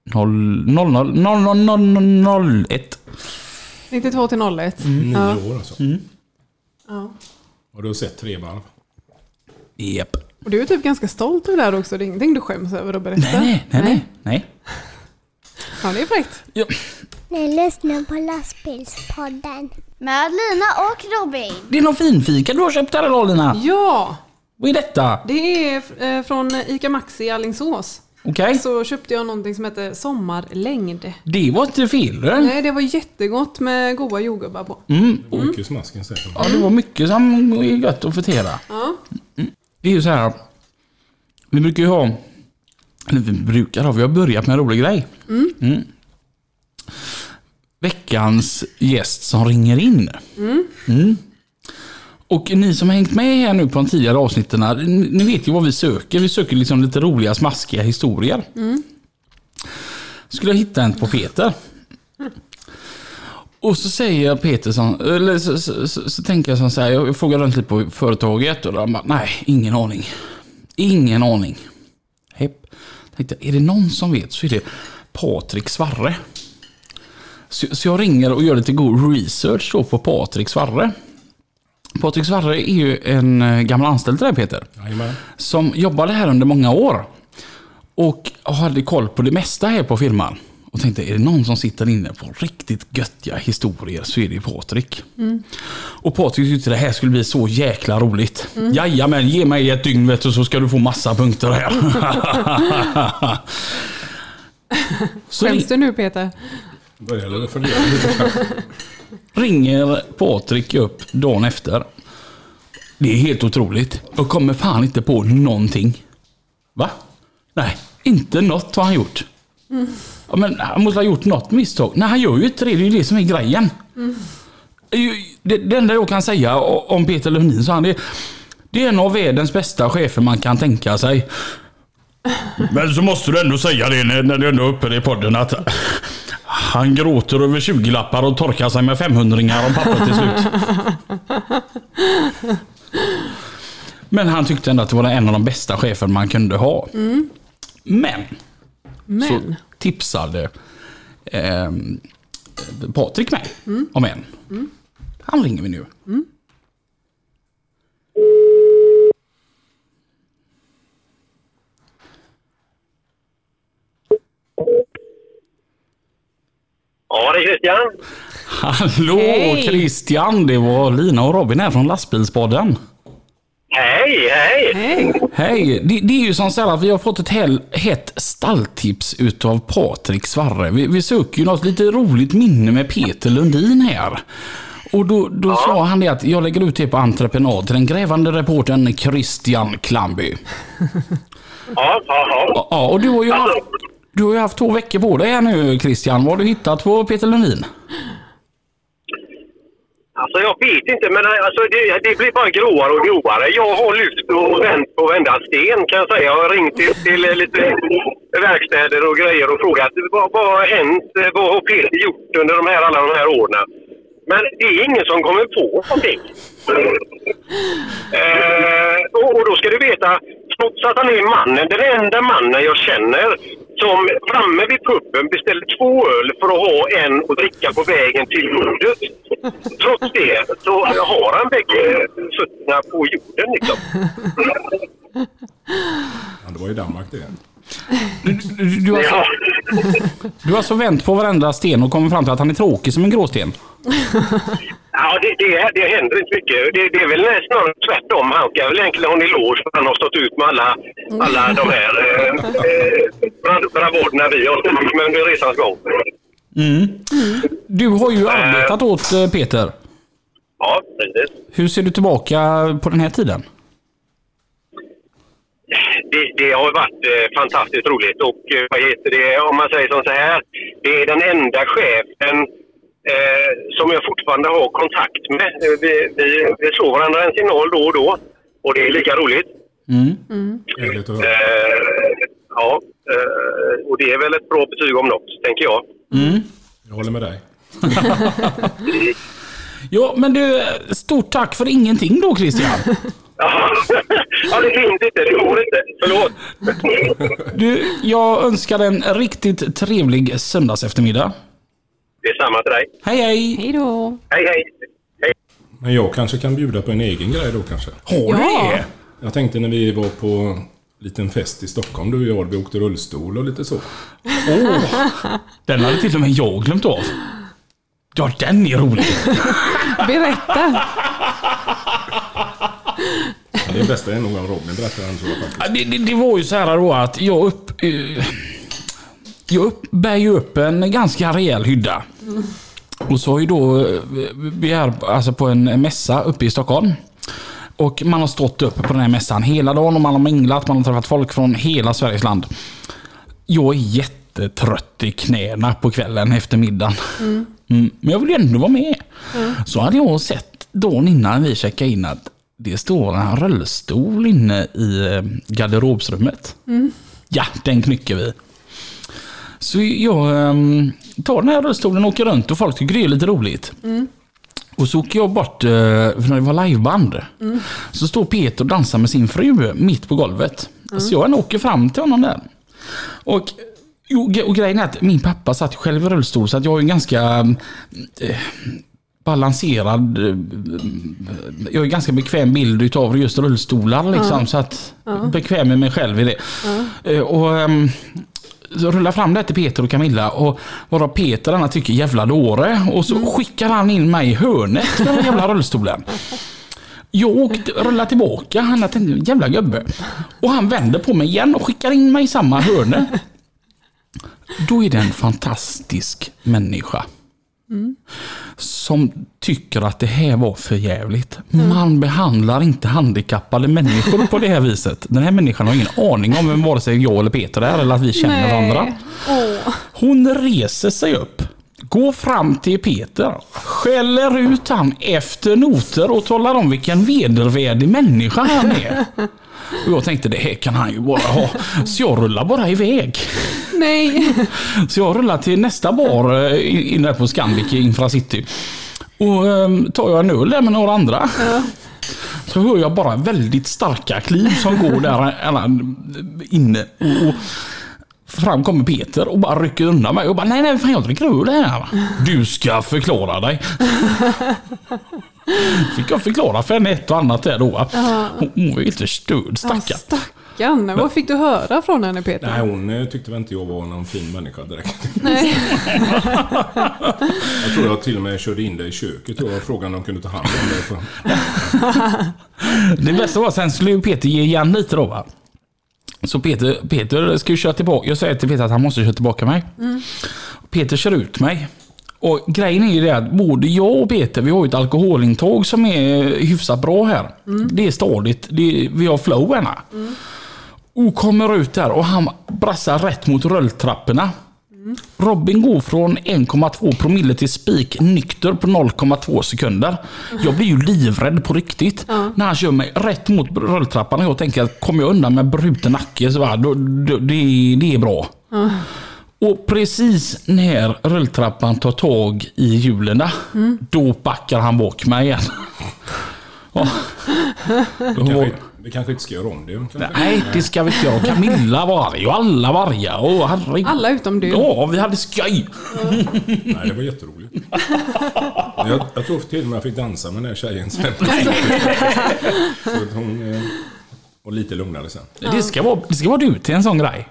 ett. nittiotvå till noll ett. Mm. Nio ja. år alltså. Mm. Ja. Och du har sett tre varv. Japp. Och du är typ ganska stolt över det här också. Det är ingenting du skäms över att berätta. Nej, nej, nej. nej. Ja, det är fräckt. Ja. Ni lyssnar på Lastbilspodden. Med Lina och Robin. Det är någon finfika du har köpt här idag, Lina. Ja. Vad är detta? Det är eh, från Ica Maxi i Alingsås. Okej. Okay. Så köpte jag någonting som heter sommarlängd. Det var inte fel, eller? Nej, det var jättegott med goda jordgubbar på. Mm. Och mycket smasken säkert. Ja, det var mycket som är gött att förtera. Ja. Mm. Det är ju så här. Vi brukar ju ha... Eller vi brukar ha, vi har börjat med en rolig grej. Mm. Mm. Veckans gäst som ringer in. Mm. Mm. Och ni som har hängt med här nu på de tidigare avsnitten, ni vet ju vad vi söker. Vi söker liksom lite roliga, smaskiga historier. Mm. Skulle jag hitta en på Peter. Och så säger jag Peter som, eller så, så, så, så tänker jag så här, jag frågar runt lite på företaget och de bara, nej, ingen aning. Ingen aning. Hepp. Tänkte, är det någon som vet så är det Patrik Svarre. Så, så jag ringer och gör lite god research då på Patrik Svarre. Patrik Svarre är ju en gammal anställd till dig, Peter. Jajamän. Som jobbade här under många år. Och hade koll på det mesta här på firman. Och tänkte, är det någon som sitter inne på riktigt göttiga historier så är det ju Patrik. Mm. Och Patrik tyckte det här skulle bli så jäkla roligt. Mm. Jajamän, ge mig ett dygn vet du, så ska du få massa punkter här. Skäms du nu, Peter? Började fundera lite. Ringer Patrik upp dagen efter. Det är helt otroligt. Jag kommer fan inte på någonting. Va? Nej, inte något har han gjort. Mm. Ja, men han måste ha gjort något misstag. Nej, han gör ju inte det. Det är ju det som är grejen. Mm. Det, det enda jag kan säga om Peter Lundin så han det, det är en av världens bästa chefer man kan tänka sig. Men så måste du ändå säga det när, när du ändå är uppe i podden att han gråter över tjugo lappar och torkar sig med femhundringar om pappa till slut. Men han tyckte ändå att det var en av de bästa chefer man kunde ha. Mm. Men, Men så tipsade eh, Patrik mig mm. om en. Mm. Han ringer vi nu. Mm. Ja, det är Christian. Hallå hej. Christian, det var Lina och Robin här från Lastbilspodden. Hej, hej. Hej. Hej, det, det är ju som så här att vi har fått ett hel, hett stalltips utav Patrik Svarre. Vi, vi söker ju något lite roligt minne med Peter Lundin här. Och då, då ja. sa han det att jag lägger ut det på entreprenad till den grävande reportern Christian Klamby. Ja, ja, ja. Ja, och du har ju haft, du har ju haft två veckor på dig här nu, Christian. Vad har du hittat på Peter Lundin? Alltså jag vet inte, men alltså, det, det blir bara gråare och gråare. Jag har lyft och vänt på varenda sten kan jag säga. Jag har ringt till, till lite verkstäder och grejer och frågat vad, vad har hänt, vad har Peter gjort under de här, alla de här åren. Men det är ingen som kommer på någonting. eh, och, och då ska du veta, trots att han är mannen, den enda mannen jag känner som framme vid puben beställde två öl för att ha en och dricka på vägen till bordet. Trots det så har han bägge fötterna på jorden liksom. Ja, det var ju Danmark det. Du, du, du, har så, du har så vänt på varenda sten och kommer fram till att han är tråkig som en gråsten. Ja, det, det, det händer inte mycket. Det, det är väl nästan tvärtom. Han ska väl egentligen ha en eloge för han har stått ut med alla, alla de här eh, bravaderna vi har stått med under resans gång. Mm. Du har ju arbetat äh, åt Peter. Ja, precis. Hur ser du tillbaka på den här tiden? Det, det har varit eh, fantastiskt roligt och eh, vad heter det, om man säger som så här, det är den enda chefen eh, som jag fortfarande har kontakt med. Vi, vi, vi slår varandra en signal då och då och det är lika roligt. Mm. Mm. Eh, ja, eh, och det är väl ett bra betyg om något, tänker jag. Mm. Jag håller med dig. Ja, men du, stort tack för ingenting då, Christian. Ja, det finns inte. Det går inte. Förlåt. Du, jag önskar en riktigt trevlig söndags eftermiddag. Det är samma till dig. Hej, hej. Hej då. Hej, hej. Hej. Men jag kanske kan bjuda på en egen grej då kanske. Har du det? Jag tänkte när vi var på en liten fest i Stockholm, du och jag, vi åkte rullstol och lite så. Åh, oh, den hade till och med jag glömt av. Ja, den är rolig. Berätta. Ja, det bästa är nog om Robin berättar han så faktiskt. Det, det, det var ju så här då att jag upp uh, jag upp, bär ju upp en ganska rejäl hydda. Mm. Och så har ju då vi är alltså på en mässa uppe i Stockholm. Och man har stått upp på den här mässan hela dagen och man har minglat, man har träffat folk från hela Sveriges land. Jag är jättetrött i knäna på kvällen efter middagen. Mm. Mm, men jag vill ändå vara med. Mm. Så hade jag sett dagen innan vi checkade in att det står en rullstol inne i garderobsrummet. Mm. Ja, den knycker vi. Så jag um, tar den här rullstolen och åker runt och folk tycker det är lite roligt. Mm. Och så åker jag bort, uh, för när det var liveband. Mm. Så står Peter och dansar med sin fru mitt på golvet. Mm. Så jag åker fram till honom där. Och, och grejen är att min pappa satt själv i rullstol så att jag är en ganska... Uh, balanserad. Jag är ganska bekväm bild utav just rullstolar liksom, ja. Så att ja. bekväm med mig själv i det. Ja. Och um, så rullar fram det till Peter och Camilla och varav Peter han tycker jävla dåre och så mm. skickar han in mig i hörnet med den jävla rullstolen. Jag åkte, rullar tillbaka, han har tänkt en jävla gubbe. Och han vänder på mig igen och skickar in mig i samma hörne. Då är det en fantastisk människa. Mm. Som tycker att det här var för jävligt. Mm. Man behandlar inte handikappade människor på det här viset. Den här människan har ingen aning om vem vare sig jag eller Peter är eller att vi känner Nej. varandra. Oh. Hon reser sig upp, går fram till Peter, skäller ut han efter noter och talar om vilken vedervärdig människa han är. Och jag tänkte, det här kan han ju bara ha. Så jag rullar bara iväg. Nej. Så jag rullar till nästa bar inne på Scandic i Infracity. Och um, tar jag en öl där med några andra. Ja. Så hör jag bara väldigt starka kliv som går där inne. Och, och fram kommer Peter och bara rycker undan mig. Och bara, nej, nej, fan jag dricker öl här. Du ska förklara dig. Fick jag förklara för henne ett och annat där då. Hon, hon var ju inte stöd, stackarn. Ja, stackarn. Vad fick du höra från henne, Peter? Nej, hon tyckte väl inte jag var någon fin människa direkt. Nej. Jag tror jag till och med körde in det i köket och frågade om de kunde ta hand om det. Det bästa var sen skulle Peter ge igen lite då, va? Så Peter, Peter ska ju köra tillbaka. Jag säger till Peter att han måste köra tillbaka mig. Mm. Peter kör ut mig. Och grejen är ju det att både jag och Peter, vi har ju ett alkoholintag som är hyfsat bra här. Mm. Det är stadigt. Det är, vi har flow ena. Mm. Och kommer ut där och han brassar rätt mot rulltrapporna. Mm. Robin går från en komma två promille till spik nykter på noll komma två sekunder. Mm. Jag blir ju livrädd på riktigt mm. när han kör mig rätt mot rulltrappan. Och jag tänker att kommer jag undan med bruten nacke så va, då, då, det, det är bra. Mm. Och precis när rulltrappan tar tag i hjulen mm. då backar han bak mig igen. Ja. Det kanske, det kanske inte ska göra om det. Kanske. Nej, det ska vi inte göra. Camilla var arg och alla var arga. Och herregud. Alla utom du. Ja, vi hade skoj. Nej, det var jätteroligt. Jag, jag tror till och med jag fick dansa med den här tjejen sen. Så att hon eh, var lite lugnare sen. Det ska vara, det ska vara du till en sån grej.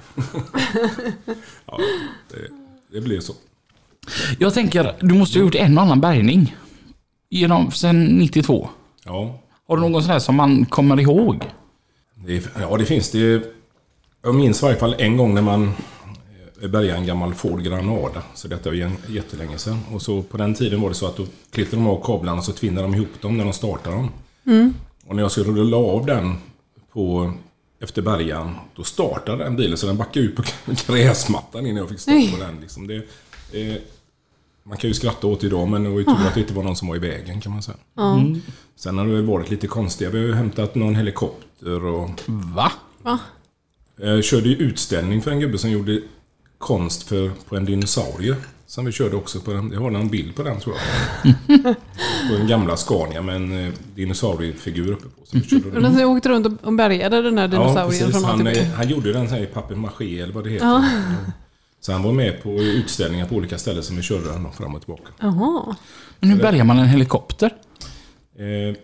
Ja, det, det blir så. Jag tänker, du måste ha gjort en annan bärgning genom sen nittiotvå. Ja. Har du någon sån här som man kommer ihåg? Det, ja, det finns det. Jag minns i varje fall en gång när man bärgade en gammal Ford Granada. Så detta var ju jättelänge sedan. Och så på den tiden var det så att då klippte de av kablarna och så tvinnade de ihop dem när de startade dem. Mm. Och när jag skulle rulla av den på efter bärgan, då startade den bilen så den backade ut på gräsmattan innan jag fick stopp på den. Liksom det, eh, man kan ju skratta åt idag, men det var ju tur att det inte var någon som var i vägen, kan man säga. Mm. Sen har det väl varit lite konstiga. Vi har ju hämtat någon helikopter och... Va? Va? Jag körde ju utställning för en gubbe som gjorde konst för, på en dinosaurie. Som vi körde också på den. Jag har en bild på den, tror jag. På en gamla Scania med en dinosauriefigur uppe på. Så vi körde den. Och den åkte runt och bärgade den här dinosaurien. Ja, han, han gjorde den så här i papier-maché eller vad det heter. Ja. Så han var med på utställningar på olika ställen som vi körde den fram och tillbaka. Jaha. Men hur bärgar man en helikopter? Eh,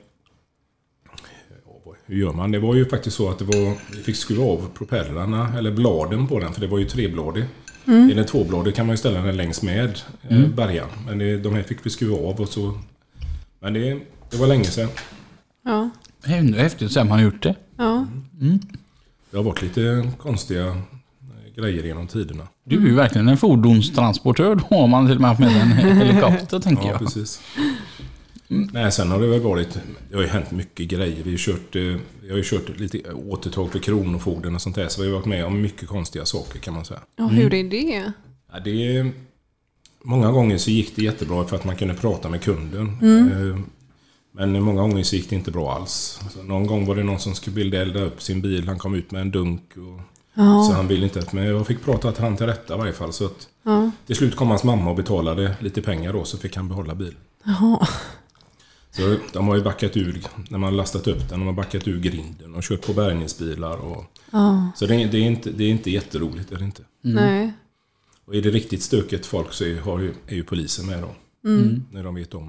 hur gör man? Det var ju faktiskt så att det var, vi fick skruva av propellrarna eller bladen på den, för det var ju trebladig. Mm. I den tvåbladig kan man ju ställa den längs med eh, mm. bärgan. Men det, de här fick vi skruva av och så. Men det, det var länge sedan. Ja. Ändå häftigt så man har gjort det. Ja. Mm. Det har varit lite konstiga grejer genom tiderna. Du är ju verkligen en fordonstransportör. Då har man till och med haft med en helikopter, tänker ja, jag. Precis. Mm. Nej, sen har det väl varit, det har ju hänt mycket grejer. Vi har kört, jag har ju kört lite återtag för kronofogden och sånt där, så vi har varit med om mycket konstiga saker, kan man säga. Ja, hur är det? Ja, det är, många gånger så gick det jättebra för att man kunde prata med kunden. Mm. Men många gånger så gick det inte bra alls. Så någon gång var det någon som skulle bilda elda upp sin bil. Han kom ut med en dunk och ja. Så han ville inte, men jag fick prata att han till rätta i varje fall. Så att ja. Till slut kom hans mamma och betalade lite pengar då, så fick han behålla bilen. Jaha. Så de har ju backat ur, när man lastat upp den, de har backat ur grinden och kört på bärgningsbilar. Och, ja. Så det är, det, är inte, det är inte jätteroligt, är det inte? Mm. Nej. Och är det riktigt stökigt folk så är, har ju, är ju polisen med då. Mm. När de vet om det.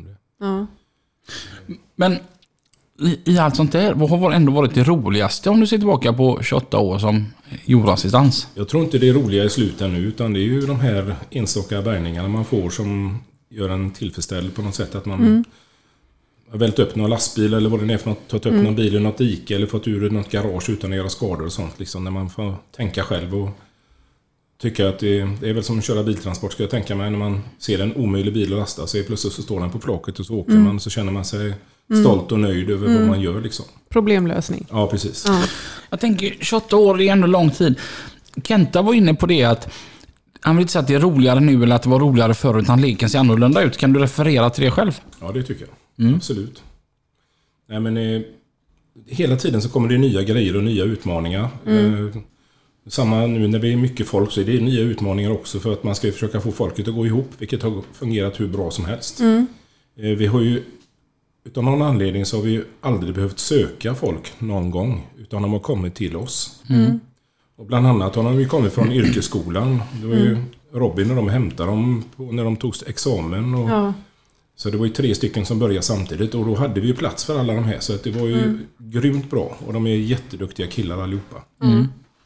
Ja. Men i, i allt sånt där, vad har ändå varit det roligaste om du ser tillbaka på tjugoåtta år som jordassistans? Jag tror inte det är roliga i slutet nu, utan det är ju de här enstaka bärgningarna man får som gör en tillfredsställd på något sätt. Att man mm. har vält upp någon lastbil eller vad det är för något, tagit upp mm. någon bil i något dike eller fått ur något garage utan att göra skador och sånt. Liksom, när man får tänka själv och tycker att det, det är väl som att köra biltransport, ska jag tänka mig. När man ser en omöjlig bil att lasta så är plötsligt så står den på flaket och så åker mm. man, så känner man sig stolt och nöjd över mm. vad man gör. Liksom. Problemlösning. Ja, precis. Ja. Jag tänker tjugoåtta år är ändå lång tid. Kenta var inne på det att han vill inte säga att det är roligare nu eller att det var roligare förr, utan leken ser annorlunda ut. Kan du referera till det själv? Ja, det tycker jag. Mm. Absolut. Nej, men eh, hela tiden så kommer det nya grejer och nya utmaningar. Mm. Eh, samma nu när vi är mycket folk så är det nya utmaningar också, för att man ska försöka få folket att gå ihop, vilket har fungerat hur bra som helst. Mm. Eh, vi har ju utan någon anledning så har vi ju aldrig behövt söka folk någon gång, utan de har kommit till oss. Mm. Och bland annat har de ju kommit från yrkesskolan. Det var ju Robin och de hämtade dem på, när de tog examen. Och, ja. Så det var ju tre stycken som började samtidigt, och då hade vi ju plats för alla de här. Så att det var ju mm. grymt bra, och de är jätteduktiga killar allihopa. Mm.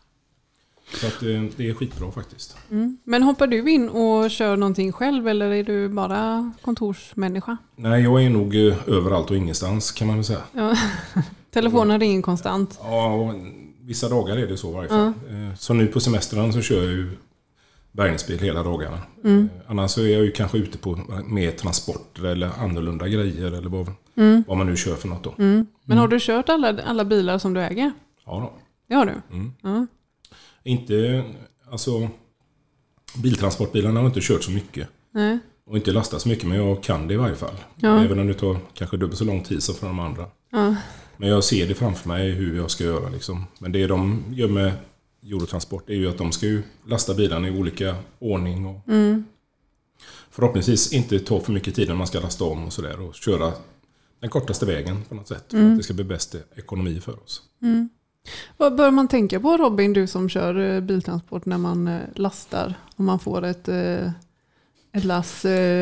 Så att det, det är skitbra faktiskt. Mm. Men hoppar du in och kör någonting själv, eller är du bara kontorsmänniska? Nej, jag är nog överallt och ingenstans, kan man väl säga. Ja. Telefonen ringer konstant. Ja, vissa dagar är det så i varje fall. Ja. Så nu på semestern så kör jag ju bärgningsbil hela dagarna. Mm. Annars så är jag ju kanske ute på mer transporter eller annorlunda grejer eller vad, mm. vad man nu kör för något då. Mm. Men har du kört alla, alla bilar som du äger? Ja då. Det har du? Mm. Ja. Inte, alltså biltransportbilarna har inte kört så mycket. Nej. Och inte lastat så mycket, men jag kan det i varje fall. Ja. Även om det tar kanske dubbelt så lång tid som för de andra. Ja. Men jag ser det framför mig hur jag ska göra liksom. Men det de gör med Eurotransport är ju att de ska ju lasta bilarna i olika ordning och mm. förhoppningsvis inte ta för mycket tid när man ska lasta om och sådär, och köra den kortaste vägen på något sätt för mm. att det ska bli bäst ekonomi för oss. Mm. Vad bör man tänka på, Robin, du som kör biltransport, när man lastar? Om man får ett, ett lass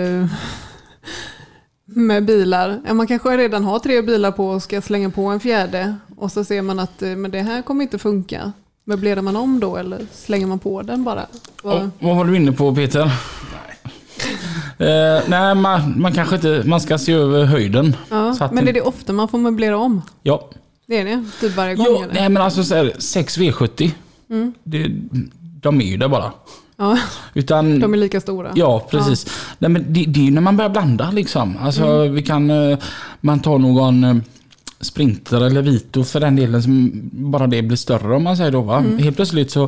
med bilar. Man kanske redan har tre bilar på och ska slänga på en fjärde, och så ser man att men det här kommer inte funka. Möblerar man om då, eller slänger man på den bara? Vad, oh, vad var du inne på, Peter? Nej, uh, nej man, man kanske inte, man ska se över höjden. Ja, så att men är det ofta man får möblera om? Ja. Det är det? Typ varje gång? Ja, eller? Nej, men alltså så här, sex V sjuttio, mm. det, de är ju där bara. Ja, utan, de är lika stora. Ja, precis. Ja. Nej, men det, det är ju när man börjar blanda liksom. Alltså, mm. vi kan, man tar någon Sprinter eller Vito för den delen, som bara det blir större, om man säger då, va? Mm. Helt plötsligt så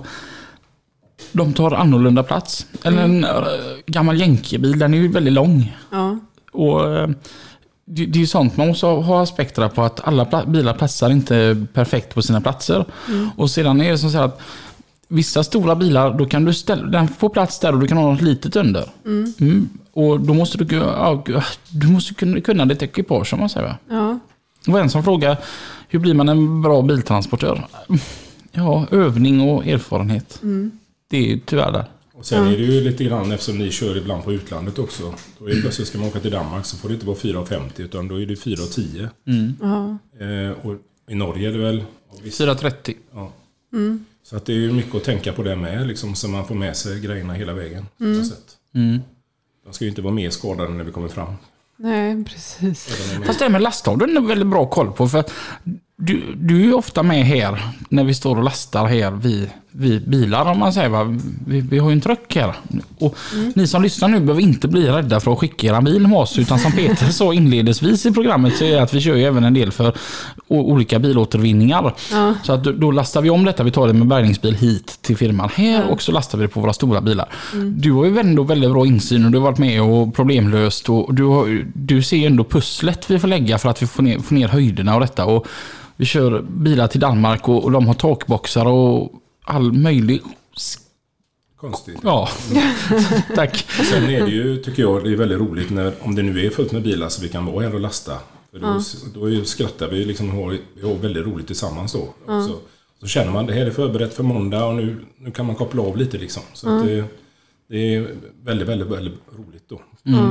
de tar annorlunda plats. Eller mm. en uh, gammal jänkebil, den är ju väldigt lång. Ja. Och uh, det, det är ju sånt man måste ha aspekter på, att alla pla- bilar passar inte perfekt på sina platser. Mm. Och sedan är det som så att vissa stora bilar, då kan du ställa, den får plats där och du kan ha något litet under. Mm. Mm. Och då måste du, ja, du måste kunna, kunna det ekipage, som man säger. Ja. Det var en som frågade, hur blir man en bra biltransportör? Ja, övning och erfarenhet. Mm. Det är ju tyvärr där. Och sen är det ju lite grann, eftersom ni kör ibland på utlandet också. Då är det plötsligt, ska man åka till Danmark så får det inte vara fyra femtio, utan då är det fyra tio. Mm. Eh, och i Norge är det väl fyra trettio. Ja. Mm. Så att det är ju mycket att tänka på det med, liksom, så man får med sig grejerna hela vägen. Mm. Så mm. De ska ju inte vara mer skadade när vi kommer fram. Nej, precis. Fast det med last har du väldigt bra koll på, för du, du är ju ofta med här när vi står och lastar här vid, vid bilar, om man säger, va? Vi, vi har ju en truck här. Och mm. ni som lyssnar nu behöver inte bli rädda för att skicka era bil med oss, utan som Peter sa inledningsvis i programmet, så är det att vi kör ju även en del för o- olika bilåtervinningar. Ja. Så att då, då lastar vi om detta, vi tar det med bärgningsbil hit till firman här, ja. Och så lastar vi det på våra stora bilar. Mm. Du har ju ändå väldigt bra insyn, och du har varit med och problemlöst, och du, har, du ser ju ändå pusslet vi får lägga för att vi får ner, får ner höjderna och detta, och vi kör bilar till Danmark och, och de har takboxar och all möjlig konstigt. Ja, tack. Sen är det ju, tycker jag, det är väldigt roligt när, om det nu är fullt med bilar så vi kan vara här och lasta. För då, ja. då är, skrattar vi liksom, har, vi har väldigt roligt tillsammans då. Ja. Så, så känner man, det här är förberett för måndag och nu, nu kan man koppla av lite liksom. Så ja. att det, det är väldigt, väldigt, väldigt roligt då. Mm.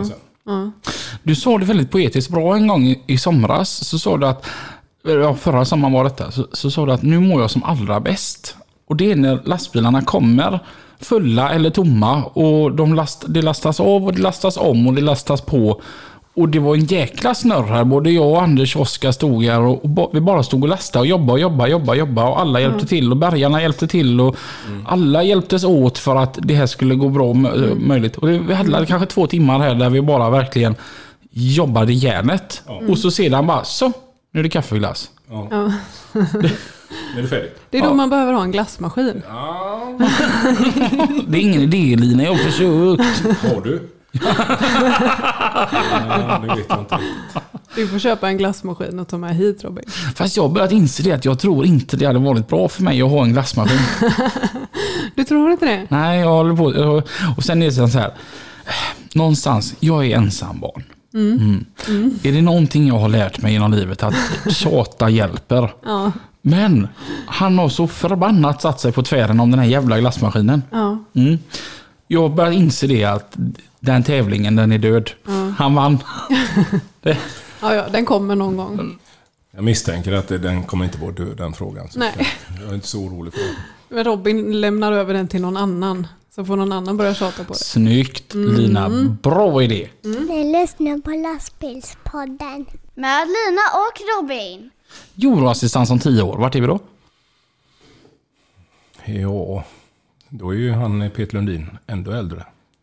Mm. Du sa det väldigt poetiskt bra en gång i, i somras. Så sa du att, ja, förra sommaren var detta, så, så sa du att nu mår jag som allra bäst. Och det är när lastbilarna kommer fulla eller tomma och de last, det lastas av och det lastas om och det lastas på. Och det var en jäkla snurr här. Både jag och Anders och Oskar stod här och, och vi bara stod och lastade och jobba och jobba, jobba, jobba. Och alla hjälpte mm. till och bärgarna hjälpte till och mm. alla hjälptes åt för att det här skulle gå bra mm. möjligt. Och vi hade mm. kanske två timmar här där vi bara verkligen jobbade järnet. Mm. Och så sedan bara, så, nu är det kaffeglass. Ja. Ja. Nu är det färdigt. Det är då ja. man behöver ha en glassmaskin. Ja. Det är ingen idé, Lina, jag har försökt. Har du? Ja, det vet jag inte. Du får köpa en glassmaskin och ta med hit, Robin. Fast jag har börjat inse det att jag tror inte det hade varit bra för mig att ha en glassmaskin. Du tror inte det? Nej, jag håller på. Och sen är det så här. Någonstans, jag är ensam barn. Mm. Mm. Mm. Är det någonting jag har lärt mig genom livet att tjata hjälper? Ja. Men han har så förbannat satt sig på tvären om den här jävla glassmaskinen. Ja. Mm. Jag börjar inse det att den tävlingen, den är död. Ja. Han vann. det. Ja, ja, den kommer någon gång. Jag misstänker att det, den kommer inte vara död, den frågan. Så Nej. Jag, jag är inte så orolig för det. Men Robin lämnar över den till någon annan. Så får någon annan börja tjata på det. Snyggt, mm. Lina. Bra idé. Mm. Ni lyssnar på Lastbilspodden. Med Lina och Robin. Euroassistans om tio år. Vart är vi då? Ja, då är ju han Peter Lundin ändå äldre.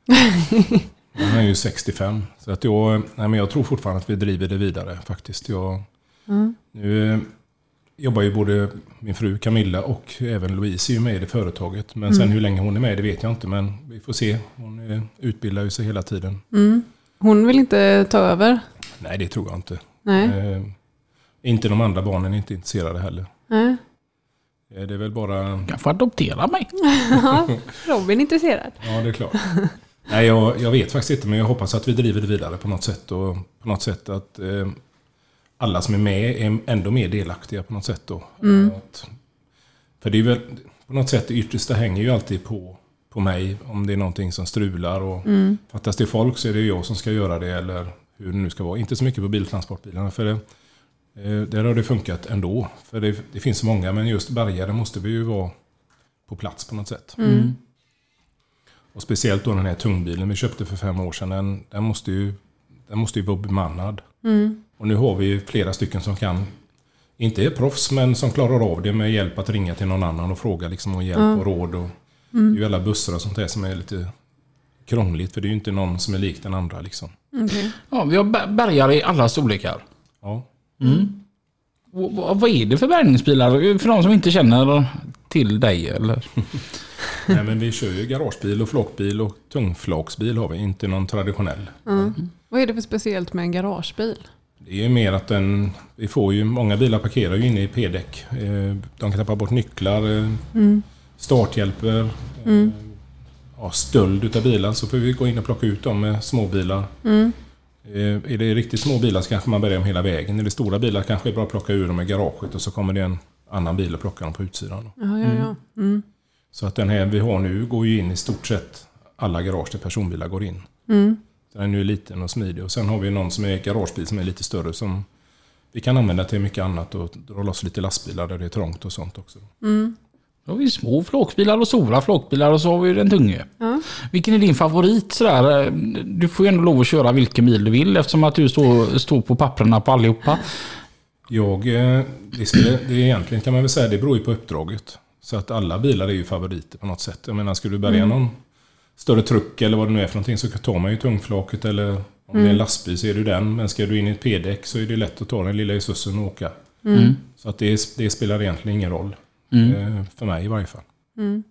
Han är ju sextiofem. Så att jag, nej men jag tror fortfarande att vi driver det vidare faktiskt. Jag, mm. Nu jobbar ju både min fru Camilla och även Louise är ju med i det företaget. Men mm. sen hur länge hon är med, det vet jag inte. Men vi får se. Hon utbildar ju sig hela tiden. Mm. Hon vill inte ta över? Nej, det tror jag inte. Nej. Eh, inte de andra barnen är inte intresserade heller. Nej. Eh, det är väl bara... Jag får adoptera mig. Ja, Robin är intresserad. Ja, det är klart. Nej, jag, jag vet faktiskt inte, men jag hoppas att vi driver det vidare på något sätt. Och på något sätt att eh, alla som är med är ändå mer delaktiga på något sätt. Då. Mm. Att, för det är väl, på något sätt det yttersta hänger ju alltid på, på mig om det är någonting som strular. Och mm. fattas det folk så är det jag som ska göra det eller hur det nu ska vara. Inte så mycket på biltransportbilarna för det, eh, där har det funkat ändå. För det, det finns så många, men just bärgare måste vi ju vara på plats på något sätt. Mm. Och speciellt då den här tungbilen vi köpte för fem år sedan, den, den, måste, ju, den måste ju vara bemannad. Mm. Och nu har vi flera stycken som kan, inte är proffs, men som klarar av det med hjälp att ringa till någon annan och fråga liksom om hjälp mm. och råd. Och mm. det är ju alla bussar och sånt där som är lite krångligt, för det är ju inte någon som är lik den andra. Liksom. Okay. Ja, vi har bärgare i alla storlekar. Ja. Mm. Och, vad är det för bärgningsbilar? För de som inte känner till dig, eller? Nej, men vi kör ju garagebil och flockbil och tungflaksbil har vi, inte någon traditionell. Mm. Mm. Vad är det för speciellt med en garagebil? Det är ju mer att den, vi får ju, många bilar parkerar ju inne i P-däck. De kan tappa bort nycklar, mm. starthjälper, mm. ja, stöld utav bilar, så får vi gå in och plocka ut dem med småbilar. Mm. Är det riktigt små bilar så kanske man börjar dem hela vägen. Är det stora bilar kanske är bra att plocka ur dem i garaget och så kommer det en annan bil och plockar dem på utsidan. Ja, ja, ja. Mm. Så att den här vi har nu går ju in i stort sett alla garage där personbilar går in. Mm. Den är nu liten och smidig. Och sen har vi någon som är garagebil som är lite större som vi kan använda till mycket annat och dra loss lite lastbilar där det är trångt och sånt också. Mm. Då har vi små flåkbilar och stora flåkbilar och så har vi den tunga. Ja. Vilken är din favorit? Sådär? Du får ju ändå lov att köra vilken bil du vill eftersom att du står, står på papperna på allihopa. Jag, det, skulle, det egentligen kan man väl säga, det beror ju på uppdraget. Så att alla bilar är ju favoriter på något sätt. Jag menar, skulle du bärga mm. någon större truck eller vad det nu är för någonting så tar man ju tungflaket, eller om mm. det är en lastbil så är det den. Men ska du in i ett P-däck så är det lätt att ta den lilla Isuzen och åka. Mm. Så att det, det spelar egentligen ingen roll. Mm. För mig i varje fall. Mm.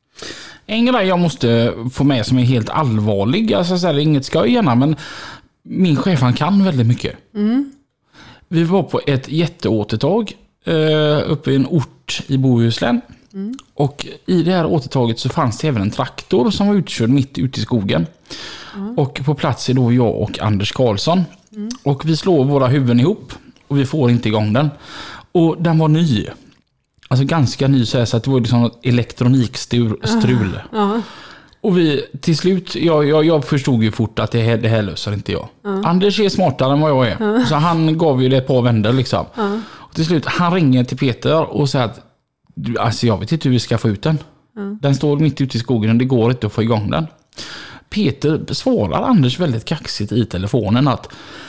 En grej jag måste få med som är helt allvarlig, alltså så här, inget ska jag gärna, men min chef han kan väldigt mycket. Mm. Vi var på ett jätteåtertag uh, uppe i en ort i Bohuslän. Mm. Och i det här återtaget så fanns det även en traktor som var utkörd mitt ute i skogen. Mm. Och på plats är då jag och Anders Karlsson. Mm. Och vi slår våra huvuden ihop och vi får inte igång den. Och den var ny. Alltså ganska ny så, här, så att det var liksom elektronikstrul. Uh, uh. Och vi till slut, jag, jag, jag förstod ju fort att det här, det här löser inte jag. Mm. Anders är smartare än vad jag är. Mm. Så han gav ju det ett par vändor liksom. Mm. Och till slut, han ringer till Peter och säger att alltså jag vet inte hur vi ska få ut den. Mm. Den står mitt ute i skogen och det går inte att få igång den. Peter svarar Anders väldigt kaxigt i telefonen att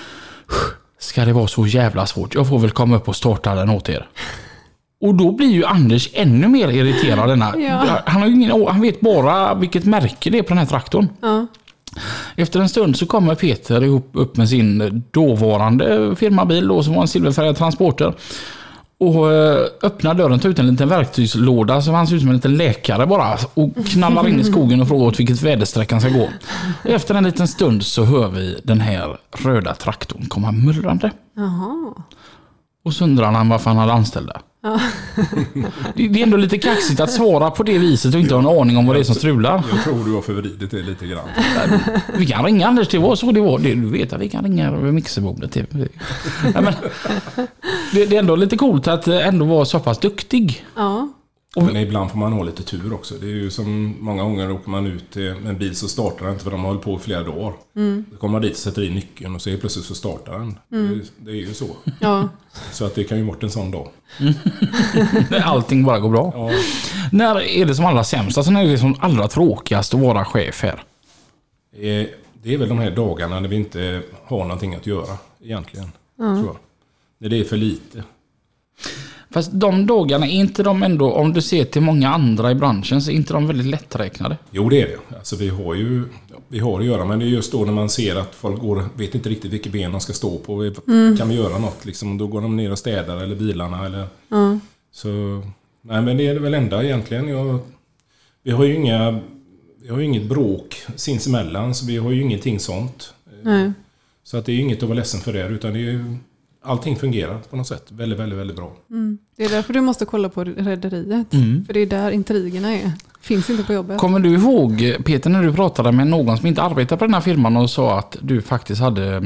ska det vara så jävla svårt? Jag får väl komma upp och starta den åt er. Och då blir ju Anders ännu mer irriterad. Denna. Ja. Han, har ingen, han vet bara vilket märke det är på den här traktorn. Ja. Efter en stund så kommer Peter upp, upp med sin dåvarande firmabil då, som var en silverfärgad transporter. Och öppnar dörren, tar ut en liten verktygslåda som han ser ut som en liten läkare bara. Och knallar in i skogen och frågar åt vilket vädersträckan ska gå. Efter en liten stund så hör vi den här röda traktorn komma mullrande. Jaha. Och så undrar han varför han hade anställda. Ja. Det är ändå lite kaxigt att svara på det viset och inte ha en aning om vad det är som strular. Jag tror du har förvridit det lite grann. Vi kan ringa Anders, det var så det var. Du vet att vi kan ringa över mixerbordet. Typ. Ja, men, det är ändå lite coolt att ändå vara så pass duktig. Ja. Men ibland får man ha lite tur också. Det är ju som många gånger åker man ut med en bil så startar den inte för de har hållit på i flera dagar. Mm. Då kommer man dit och sätter i nyckeln och så är plötsligt så startar den. Mm. Det, det är ju så. Ja. Så att det kan ju vara en sån dag. Mm. Allting bara går bra. Ja. När är det som allra sämst? Alltså när är det som allra tråkigast att vara chef här? Det är väl de här dagarna när vi inte har någonting att göra egentligen. Mm. Tror jag. När det är för lite. Fast de dagarna, är inte de ändå, om du ser till många andra i branschen, så är inte de väldigt lätträknade? Jo, det är det. Alltså, vi har ju vi har att göra, men det är just då när man ser att folk går, vet inte riktigt vilka ben de ska stå på. Mm. Kan vi göra något? Liksom, då går de ner och städar eller bilarna. Eller, mm. Så, nej, men det är det väl enda egentligen. Jag, vi har ju inga, vi har ju inget bråk sinsemellan, så vi har ju ingenting sånt. Mm. Så att det är inget att vara ledsen för det, utan det är ju... Allting fungerar på något sätt väldigt, väldigt, väldigt bra. Mm. Det är därför du måste kolla på rederiet. Mm. För det är där intrigerna är. Finns inte på jobbet. Kommer du ihåg, Peter, när du pratade med någon som inte arbetar på den här firman och sa att du faktiskt hade...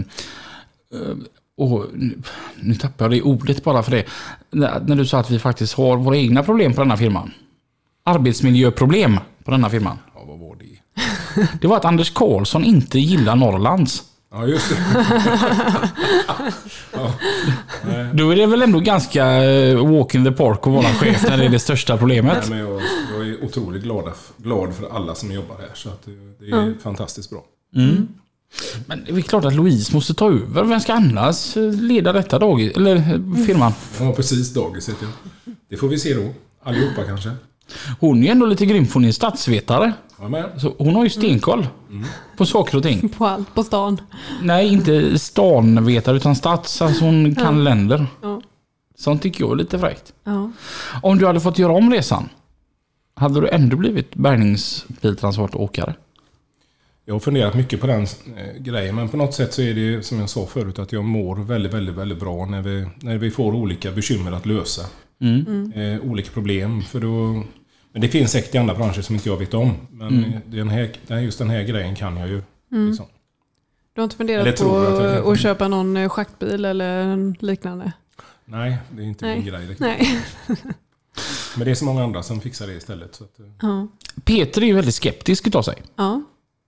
Och nu tappar jag det ordet bara för det. När du sa att vi faktiskt har våra egna problem på den här firman. Arbetsmiljöproblem på den här firman. Ja, vad var det? Det var att Anders Karlsson inte gillar Norrlands. Ja, just det. Ja. Då är det väl ändå ganska walk in the park att vara chef när det är det största problemet. Nej, men jag, jag är otroligt glad, glad för alla som jobbar här, så att det, det är mm. fantastiskt bra. Mm. Men det är klart att Louise måste ta över. Vem ska annars leda detta dagis, eller firman? Ja, precis, dagiset. Ja. Det får vi se då. Allihopa kanske. Hon är ändå lite grym, hon är statsvetare. Ja, så hon har ju stenkoll mm. på saker och ting. På allt, på stan. Nej, inte stanvetare utan stats. Alltså hon kan ja. länder. Ja. Sånt tycker jag är lite fräckt. Ja. Om du hade fått göra om resan, hade du ändå blivit bärgningsbiltransportåkare? Jag har funderat mycket på den eh, grejen, men på något sätt så är det som jag sa förut att jag mår väldigt, väldigt, väldigt bra när vi, när vi får olika bekymmer att lösa. Mm. Mm. Eh, olika problem, för då... Men det finns säkert i andra branscher som inte jag vet om. Men mm. den här, just den här grejen kan jag ju. Mm. Liksom. Du har inte funderat på att, att köpa någon schaktbil eller liknande? Nej, det är inte Nej. min grej. Nej. Men det är så många andra som fixar det istället. Så att, ja. Peter är ju väldigt skeptisk utav sig. Ja.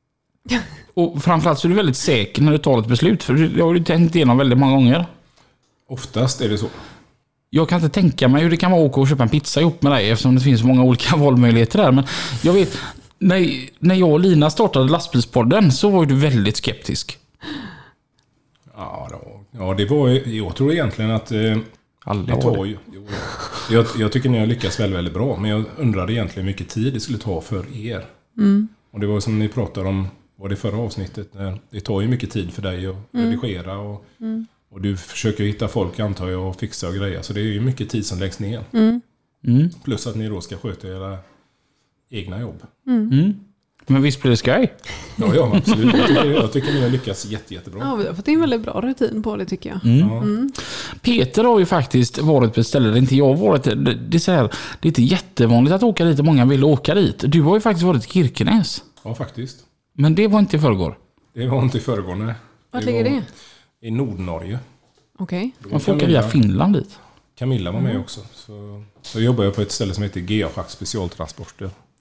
Och framförallt så är du väldigt säker när du tar ett beslut. För det har du tänkt igenom väldigt många gånger. Oftast är det så. Jag kan inte tänka mig hur det kan vara att åka och köpa en pizza ihop med dig, eftersom det finns så många olika valmöjligheter där. Men jag vet, när, när jag och Lina startade lastbilspodden så var du väldigt skeptisk. Ja, då, ja det var, jag tror egentligen att eh, Alla det tar ju, jo, jag, jag tycker ni har lyckats väldigt, väldigt bra, men jag undrade egentligen hur mycket tid det skulle ta för er. Mm. Och det var som ni pratade om, var det förra avsnittet, det tar ju mycket tid för dig att mm. redigera och mm. Och du försöker hitta folk, antar jag, och fixa och grejer. Så det är ju mycket tid som läggs ner. Mm. Mm. Plus att ni då ska sköta era egna jobb. Mm. Mm. Men visst blir det skoj? Ja, ja, absolut. Jag tycker, jag tycker ni har lyckats jätte, jättebra. Ja, vi har fått in väldigt bra rutin på det, tycker jag. Mm. Mm. Peter har ju faktiskt varit på ett ställe där inte jag har varit. Det är, så här, det är inte jättevanligt att åka dit och många vill åka dit. Du har ju faktiskt varit i Kirkenes. Ja, faktiskt. Men det var inte i förrgår? Det var inte i förrgår, nej. Vart ligger det? I Nordnorge. Okej. Okay. Man får åka via Finland dit. Camilla var med mm. också. Så, så jobbar jag på ett ställe som heter G A Schack Specialtransporter.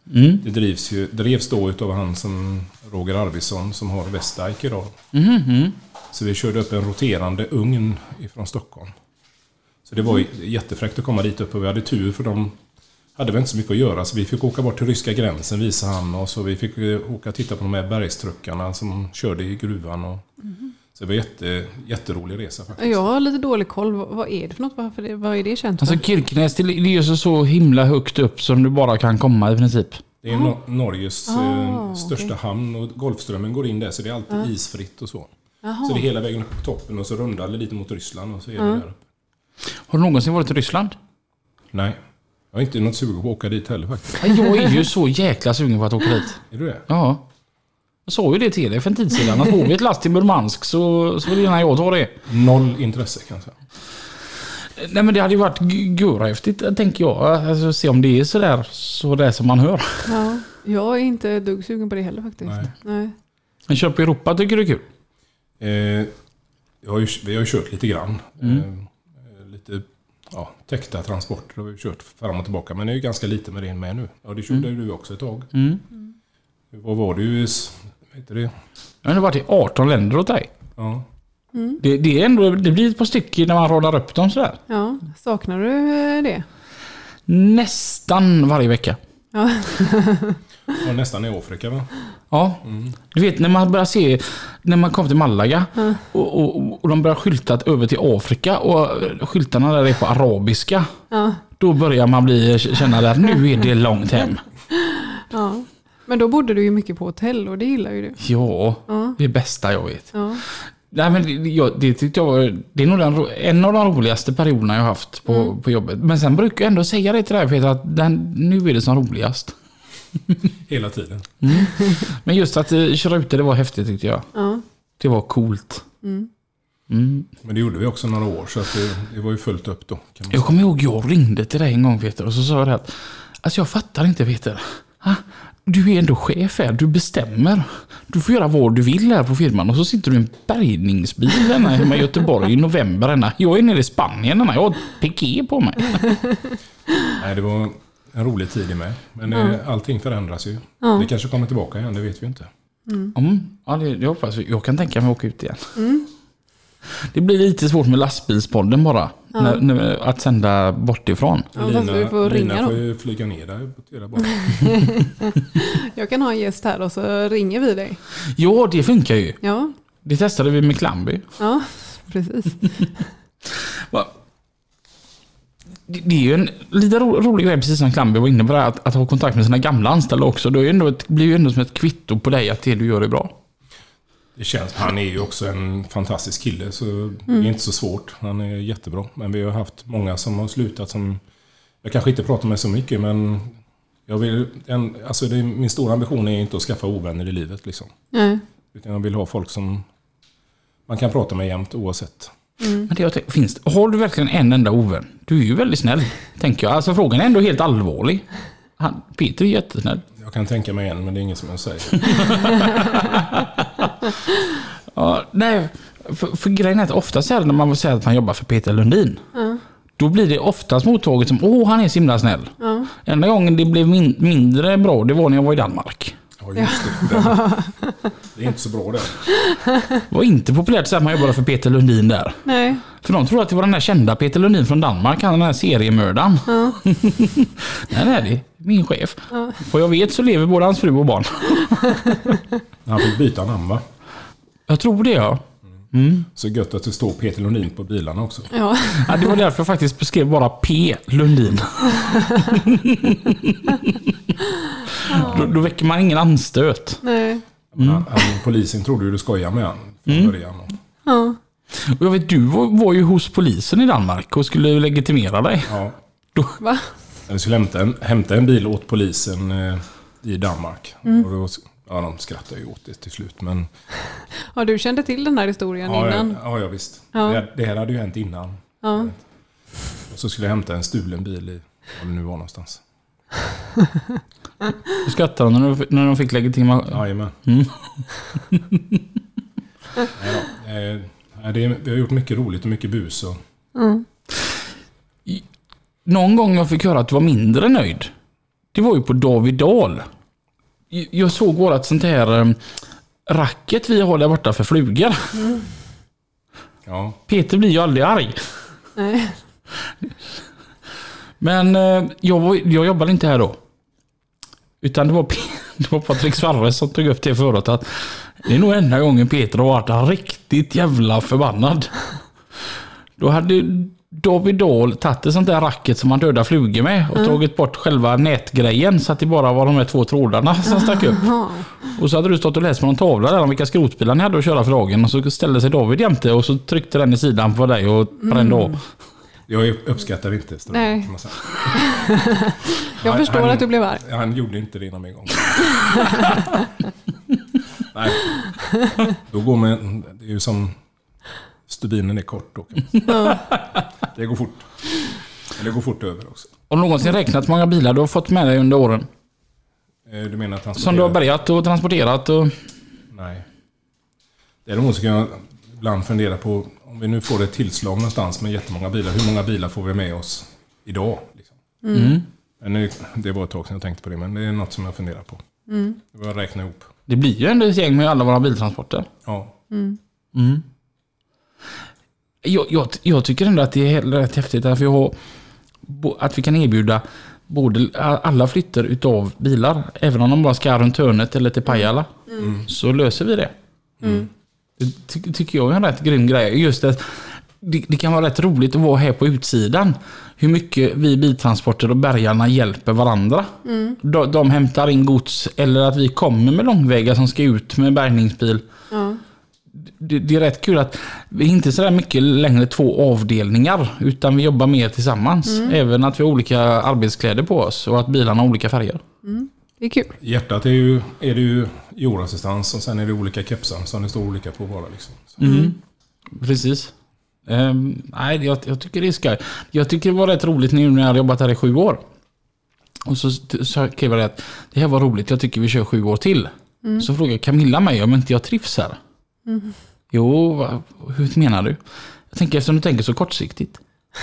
Mm. Det drivs ju, drevs då utav han som Roger Arvidsson som har Västdike idag. Mm. Mm. Så vi körde upp en roterande ugn ifrån Stockholm. Så det var jättefräckt att komma dit upp och vi hade tur för de hade väl inte så mycket att göra. Så vi fick åka bort till ryska gränsen, visa han. Och så vi fick åka och titta på de här bergstruckarna som körde i gruvan. Och, mm. Så det var jätte, jätterolig resa faktiskt. Jag har lite dålig koll. Vad är det för något? Varför det, vad är det känt för? Alltså Kirkenes, det är ju så himla högt upp som du bara kan komma i princip. Det är ah. no- Norges ah, största okay. hamn och Golfströmmen går in där så det är alltid ah. isfritt och så. Aha. Så det är hela vägen upp på toppen och så rundar det lite mot Ryssland och så är det ah. där uppe. Har du någonsin varit i Ryssland? Nej. Jag har inte något sugen på att åka dit heller faktiskt. Jag är ju så jäkla sugen på att åka dit. Är du det? Ja. Jag sa ju det till dig för en tid sedan. Att får vi ett last till Murmansk så, så vill jag jag ta det. Noll intresse kan jag säga. Nej men det hade ju varit görhäftigt tänker jag. Alltså se om det är sådär så där som man hör. Ja, jag är inte dugg sugen på det heller faktiskt. Nej. Nej. Men kör på Europa tycker du är kul? Eh, jag har ju, vi har ju kört lite grann. Mm. Eh, lite ja, täckta transporter har vi kört fram och tillbaka. Men det är ju ganska lite med det med nu. Ja, det körde mm. du också ett tag. Mm. Vad var det ju? Vad heter det? Jag har varit i arton länder åt dig. Ja. Mm. Det, det, är ändå, det blir ett par stycken när man radar upp dem sådär. Ja, saknar du det? Nästan varje vecka. Ja. Och nästan i Afrika va? Ja, mm. Du vet när man börjar se när man kommer till Malaga mm. och, och, och de börjar skylta över till Afrika och skyltarna där är på arabiska. Ja. Då börjar man bli känna att nu är det långt hem. Ja. Men då bodde du ju mycket på hotell och det gillar ju du. Ja, ja. Det är bästa jag vet. Ja. Nej, men det, jag, det tyckte jag var, det är nog den, en av de roligaste perioderna jag har haft på, mm. på jobbet. Men sen brukar jag ändå säga det till dig Peter att den, nu är det som roligast. Hela tiden. Mm. Men just att uh, köra ute det var häftigt tyckte jag. Ja. Det var coolt. Mm. Mm. Men det gjorde vi också några år så att det, det var ju fullt upp då. Kan man jag kommer ihåg jag ringde till dig en gång Peter och så sa jag det att alltså jag fattar inte Peter. Ha? Du är ändå chef här, du bestämmer. Du får göra vad du vill här på firman. Och så sitter du i en bärgningsbil denna hemma i Göteborg i november. Denna. Jag är nere i Spanien, denna. jag har ett piké på mig. Nej, det var en rolig tid i mig. Men mm. allting förändras ju. Mm. Det kanske kommer tillbaka igen, det vet vi inte. Mm. Mm. Ja, det, det hoppas jag. Jag kan tänka mig att åka ut igen. Mm. Det blir lite svårt med lastbilspodden bara. Ja. När, när, att sända bort ifrån. Ja, Lina, vi får ringa Lina får ju flyga ner där. Jag kan ha en gäst här och så ringer vi dig. Ja, det funkar ju. Ja. Det testade vi med Klamby. Ja, precis. Det är ju en lite ro, rolig grej precis som Klamby var inne på det, att, att ha kontakt med sina gamla anställda också. Det är ju ändå ett, blir ju ändå som ett kvitto på dig att det du gör är bra. Det känns, han är ju också en fantastisk kille så mm. det är inte så svårt. Han är jättebra. Men vi har haft många som har slutat som jag kanske inte pratar med så mycket men jag vill, en, alltså det, min stora ambition är inte att skaffa ovänner i livet liksom. Mm. Utan jag vill ha folk som man kan prata med jämt oavsett. Mm. Men det jag tänkte, finns det, har du verkligen en enda ovän? Du är ju väldigt snäll, tänker jag. Alltså frågan är ändå helt allvarlig. Han, Peter är jättesnäll. Jag kan tänka mig en, men det är inget som jag säger. Ja, nej, för, för grejen är att ofta så här, när man vill säga att man jobbar för Peter Lundin, mm. då blir det oftast mottaget som, åh han är så himla snäll. Mm. Enda gången det blev min, mindre bra, det var när jag var i Danmark. Ja, just det. Den, det är inte så bra det. Det var inte populärt att säga att man jobbade för Peter Lundin där. Nej. För de tror att det var den där kända Peter Lundin från Danmark, han den här seriemördaren. Ja. Nej, det är det. Min chef. Ja. För jag vet så lever både hans fru och barn. Han fick byta namn va? Jag tror det, ja. Mm. Så gött att det står Peter Lundin på bilarna också. Ja. Ja, det var därför jag faktiskt beskrev bara P. Lundin. Ja. Då, då väcker man ingen anstöt. Nej. Mm. Han, han, polisen trodde ju du skojar med han från mm. början. Ja. Och jag vet, du var, var ju hos polisen i Danmark och skulle legitimera dig. Ja. Då. Va? Jag skulle hämta en, hämta en bil åt polisen eh, i Danmark. Mm. Och då, ja, de skrattade ju åt det till slut. Men... Ja, du kände till den här historien ja, innan? Ja, ja visst. Ja. Det, det här hade ju hänt innan. Ja. Och så skulle jag hämta en stulen bil i, var det nu var någonstans. Du skrattade när de, när de fick legitimation? Jajamän. Mm. Nej då. Eh, det, vi har gjort mycket roligt och mycket bus. Och... Mm. Någon gång jag fick höra att du var mindre nöjd. Det var ju på David Dahl. Jag såg vårat sånt här um, racket vi har där borta för flugor. Mm. Ja. Peter blir ju aldrig arg. Nej. Men uh, jag, var, jag jobbade inte här då. Utan det var, det var Patrik Svarre som tog upp det förut att det är nog enda gången Peter har varit riktigt jävla förbannad. Då hade David Dahl tagit ett sånt där racket som man dödar flugor med och mm. tagit bort själva nätgrejen så att det bara var de här två trådarna som stack upp. Och så hade du stått och läst på någon tavla där om vilka skrotbilar ni hade att köra för dagen och så ställde sig David jämte och så tryckte den i sidan på dig och brände mm. av. Jag uppskattar inte ström, Nej. Kan man säga. Jag han, förstår han, att du blev arg. Han gjorde inte det innan en gång. Nej. Då går man, det är ju som stubinen är kort då. Ja. Det går fort. Det går fort över också. Har du någonsin räknat många bilar du har fått med dig under åren? Du menar transporterat? Som du har bärgat och transporterat? Och... Nej. Däremot så kan jag ibland fundera på om vi nu får ett tillslag någonstans med jättemånga bilar. Hur många bilar får vi med oss idag? Liksom? Mm. Men nu, det var ett tag sedan jag tänkte på det, men det är något som jag funderar på. Mm. Det var att räkna ihop. Det blir ju ändå ett gäng med alla våra biltransporter. Ja. Mm. Mm. Jag, jag, jag tycker ändå att det är rätt häftigt att vi, har, att vi kan erbjuda både alla flyttar utav bilar, även om de bara ska runt hörnet eller till Pajala, mm. så löser vi det. Mm. Det ty- tycker jag är en rätt grym grej. Just det, det, det kan vara rätt roligt att vara här på utsidan. Hur mycket vi biltransporter och bärgarna hjälper varandra. Mm. De, de hämtar in gods eller att vi kommer med långvägar som ska ut med bärgningsbil. Ja. Det, det är rätt kul att vi inte så där mycket längre två avdelningar utan vi jobbar mer tillsammans. Mm. Även att vi har olika arbetskläder på oss och att bilarna har olika färger. Mm. Det är kul. Hjärtat är ju, är det ju jordassistans och sen är det olika kepsar som det står olika på bara liksom. Mm. Precis. Um, nej, jag, jag tycker det är skoj. Jag tycker det var rätt roligt nu när jag har jobbat här i sju år. Och så skrev jag att det här var roligt, jag tycker vi kör sju år till. Mm. Så frågade Camilla mig om inte jag trivs här. Mm. Jo, va, hur menar du? Jag tänker eftersom du tänker så kortsiktigt.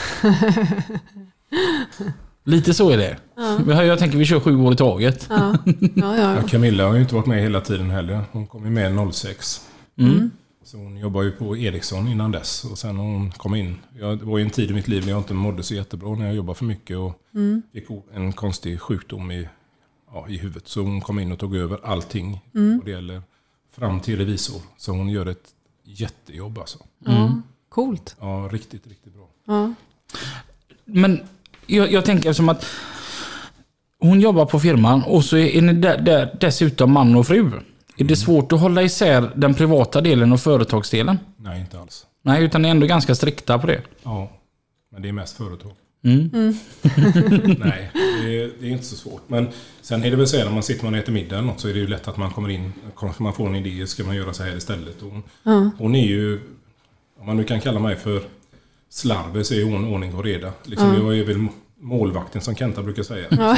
Lite så är det. Ja. Jag tänker vi kör sju år i taget. Ja. Ja, ja, ja. Ja, Camilla har ju inte varit med hela tiden heller. Hon kom ju med noll sex. Mm. Så hon jobbar ju på Ericsson innan dess. Och sen hon kom in. Jag, det var ju en tid i mitt liv när jag inte mådde så jättebra. När jag jobbade för mycket och mm. fick en konstig sjukdom i, ja, i huvudet. Så hon kom in och tog över allting. Mm. Och det gäller fram till revisor. Så hon gör ett jättejobb alltså. Mm. Ja, coolt. Ja, riktigt, riktigt bra. Ja. Men jag, jag tänker som att hon jobbar på firman och så är ni där, där dessutom man och fru. Är det svårt att hålla isär den privata delen och företagsdelen? Nej, inte alls. Nej, utan ni är ändå ganska strikta på det. Ja, men det är mest företag. Mm. Mm. Nej, det är, det är inte så svårt. Men sen är det väl så här, när man sitter och äter middag eller något, så är det ju lätt att man kommer in, man får en idé, ska man göra så här istället. Och hon, mm. hon är ju, om man nu kan kalla mig för slarver, så är hon ordning och reda. Liksom, mm. Jag är väl målvakten som Kenta brukar säga. Ja.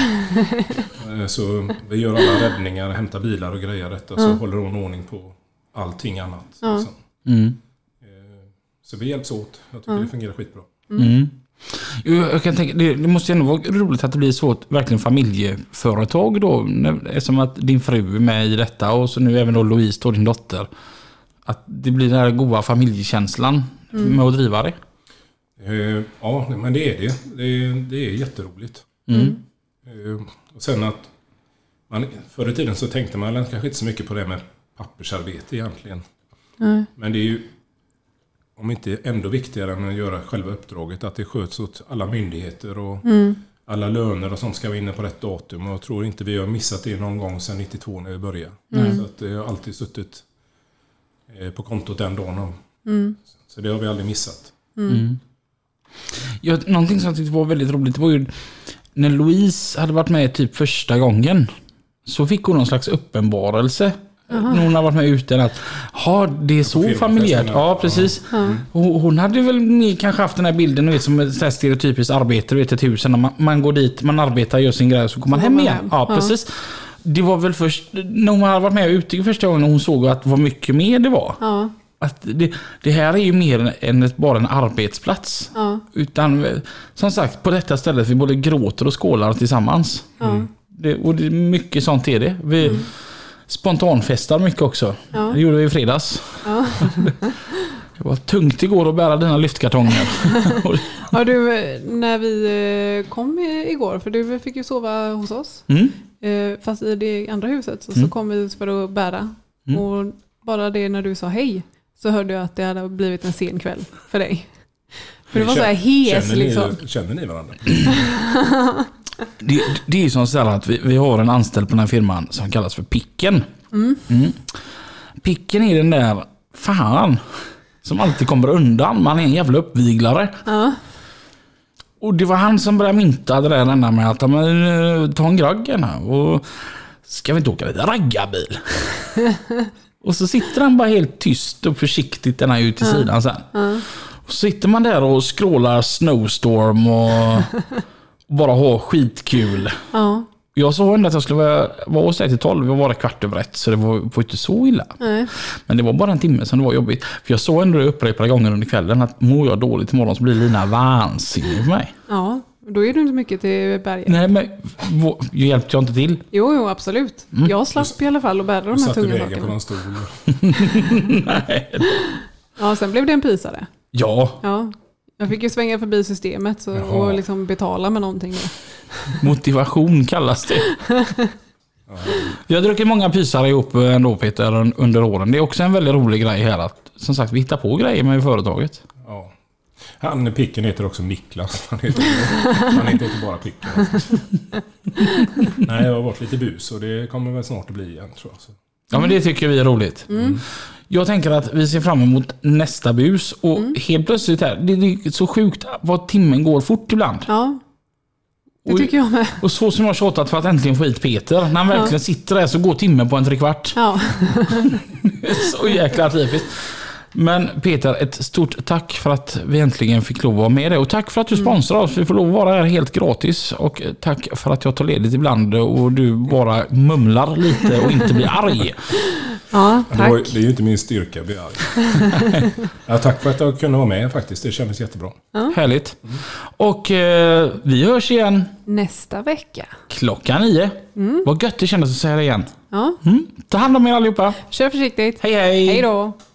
Så vi gör alla räddningar, hämtar bilar och grejer rätt, och så mm. håller hon ordning på allting annat. Ja. Liksom. Mm. Så vi hjälps åt. Jag tycker mm. det fungerar skitbra. Mm. Jag kan tänka, det, det måste ju ändå vara roligt att det blir så verkligen familjeföretag då, eftersom att din fru är med i detta och så nu även då Louise och din dotter, att det blir den här goda familjekänslan mm. med att driva det. Uh, ja, men det är det. Det är, det är jätteroligt. Mm. Uh, och sen att man, förr i tiden så tänkte man kanske inte så mycket på det med pappersarbete egentligen. Mm. Men det är ju, om inte ändå viktigare än att göra själva uppdraget, att det sköts åt alla myndigheter och mm. alla löner och sånt ska vara inne på rätt datum. Och jag tror inte vi har missat det någon gång sedan nittiotvå när vi började. Mm. Så att det har alltid suttit på kontot den dagen. Mm. Så det har vi aldrig missat. Mm. Mm. Ja, någonting som jag tyckte var väldigt roligt, det var ju när Louise hade varit med typ första gången, så fick hon någon slags uppenbarelse. Aha. När hon har varit med ute att ha det är så familjärt. Ja, precis. Ja. Hon, hon hade väl kanske haft den här bilden, vet, som ett stereotypiskt arbete, vet, ett hus när man, man går dit, man arbetar, gör sin grej, så kommer man hem igen. Hem. Ja, ja, precis. Det var väl först när hon hade varit med ute första gången hon såg att vad mycket mer det var. Ja. Att det, det här är ju mer än ett, bara en arbetsplats. Ja. Utan som sagt, på detta stället vi både gråter och skålar tillsammans. Ja. Det, och det är mycket sånt är det. Vi mm. spontanfestar mycket också. Ja. Det gjorde vi i fredags. Ja. Det var tungt igår att bära dina lyftkartonger. Ja, du, när vi kom igår, för du fick ju sova hos oss. Mm. Fast i det andra huset så, mm. så kom vi för att bära. Mm. Och bara det när du sa hej så hörde jag att det hade blivit en sen kväll för dig. För det var så här hes känner liksom. Ni, känner ni varandra? det, det är ju som så att vi, vi har en anställd på den här firman som kallas för Picken. Mm. Mm. Picken är den där fan som alltid kommer undan. Man är en jävla uppviglare. Ja. Och det var han som började mynta det där ända med att men, ta en graggen här och ska vi inte åka lite raggarbil? Och så sitter han bara helt tyst och försiktigt den här ut till sidan sen. Ja. Och så sitter man där och scrollar Snowstorm och bara ha skitkul. Ja. Jag sa ändå att jag skulle vara, vara hos dig till tolv. Jag var kvart över ett, så det var, var inte så illa. Nej. Men det var bara en timme som det var jobbigt. För jag såg ändå upprepade gånger under kvällen att mår jag dåligt imorgon så blir Lina vansinnig för mig. Ja, då är du inte mycket till berget. Nej, men jag hjälpte jag inte till. Jo, jo, absolut. Mm. Jag slapp i alla fall och bärde de här tunga sakerna. På någon stol. Nej. Ja, sen blev det en pisare. Ja. Ja. Jag fick ju svänga förbi systemet så, och liksom betala med någonting. Motivation kallas det. Jag har druckit många pysare ihop ändå, Peter, under åren. Det är också en väldigt rolig grej här att, som sagt, vi hittar på grejer med företaget. Ja. Han, Picken heter också Niklas. Han heter, han heter inte bara Picken. Nej, jag har varit lite bus och det kommer väl snart att bli igen, tror jag. Så. Ja, men det tycker vi är roligt. Mm. Jag tänker att vi ser fram emot nästa bus och mm. helt plötsligt här, det är så sjukt vad timmen går fort ibland. Ja, det och, tycker jag med. Och så som jag har tjatat för att äntligen få hit Peter. När han verkligen ja. sitter där så går timmen på en trekvart. Ja. Så jäkla typiskt. Men Peter, ett stort tack för att vi äntligen fick lov att vara med dig. Och tack för att du sponsrar oss. Vi får lov att vara här helt gratis. Och tack för att jag tar ledigt ibland och du bara mumlar lite och inte blir arg. Ja, tack. Det är ju inte min styrka att bli arg. Ja, tack för att jag kunde vara med faktiskt. Det kändes jättebra. Ja. Härligt. Mm. Och eh, vi hörs igen nästa vecka. Klockan nio. Mm. Vad gött det kändes att säga det igen. Ja. Mm. Ta hand om er allihopa. Kör försiktigt. Hej hej. Hej då.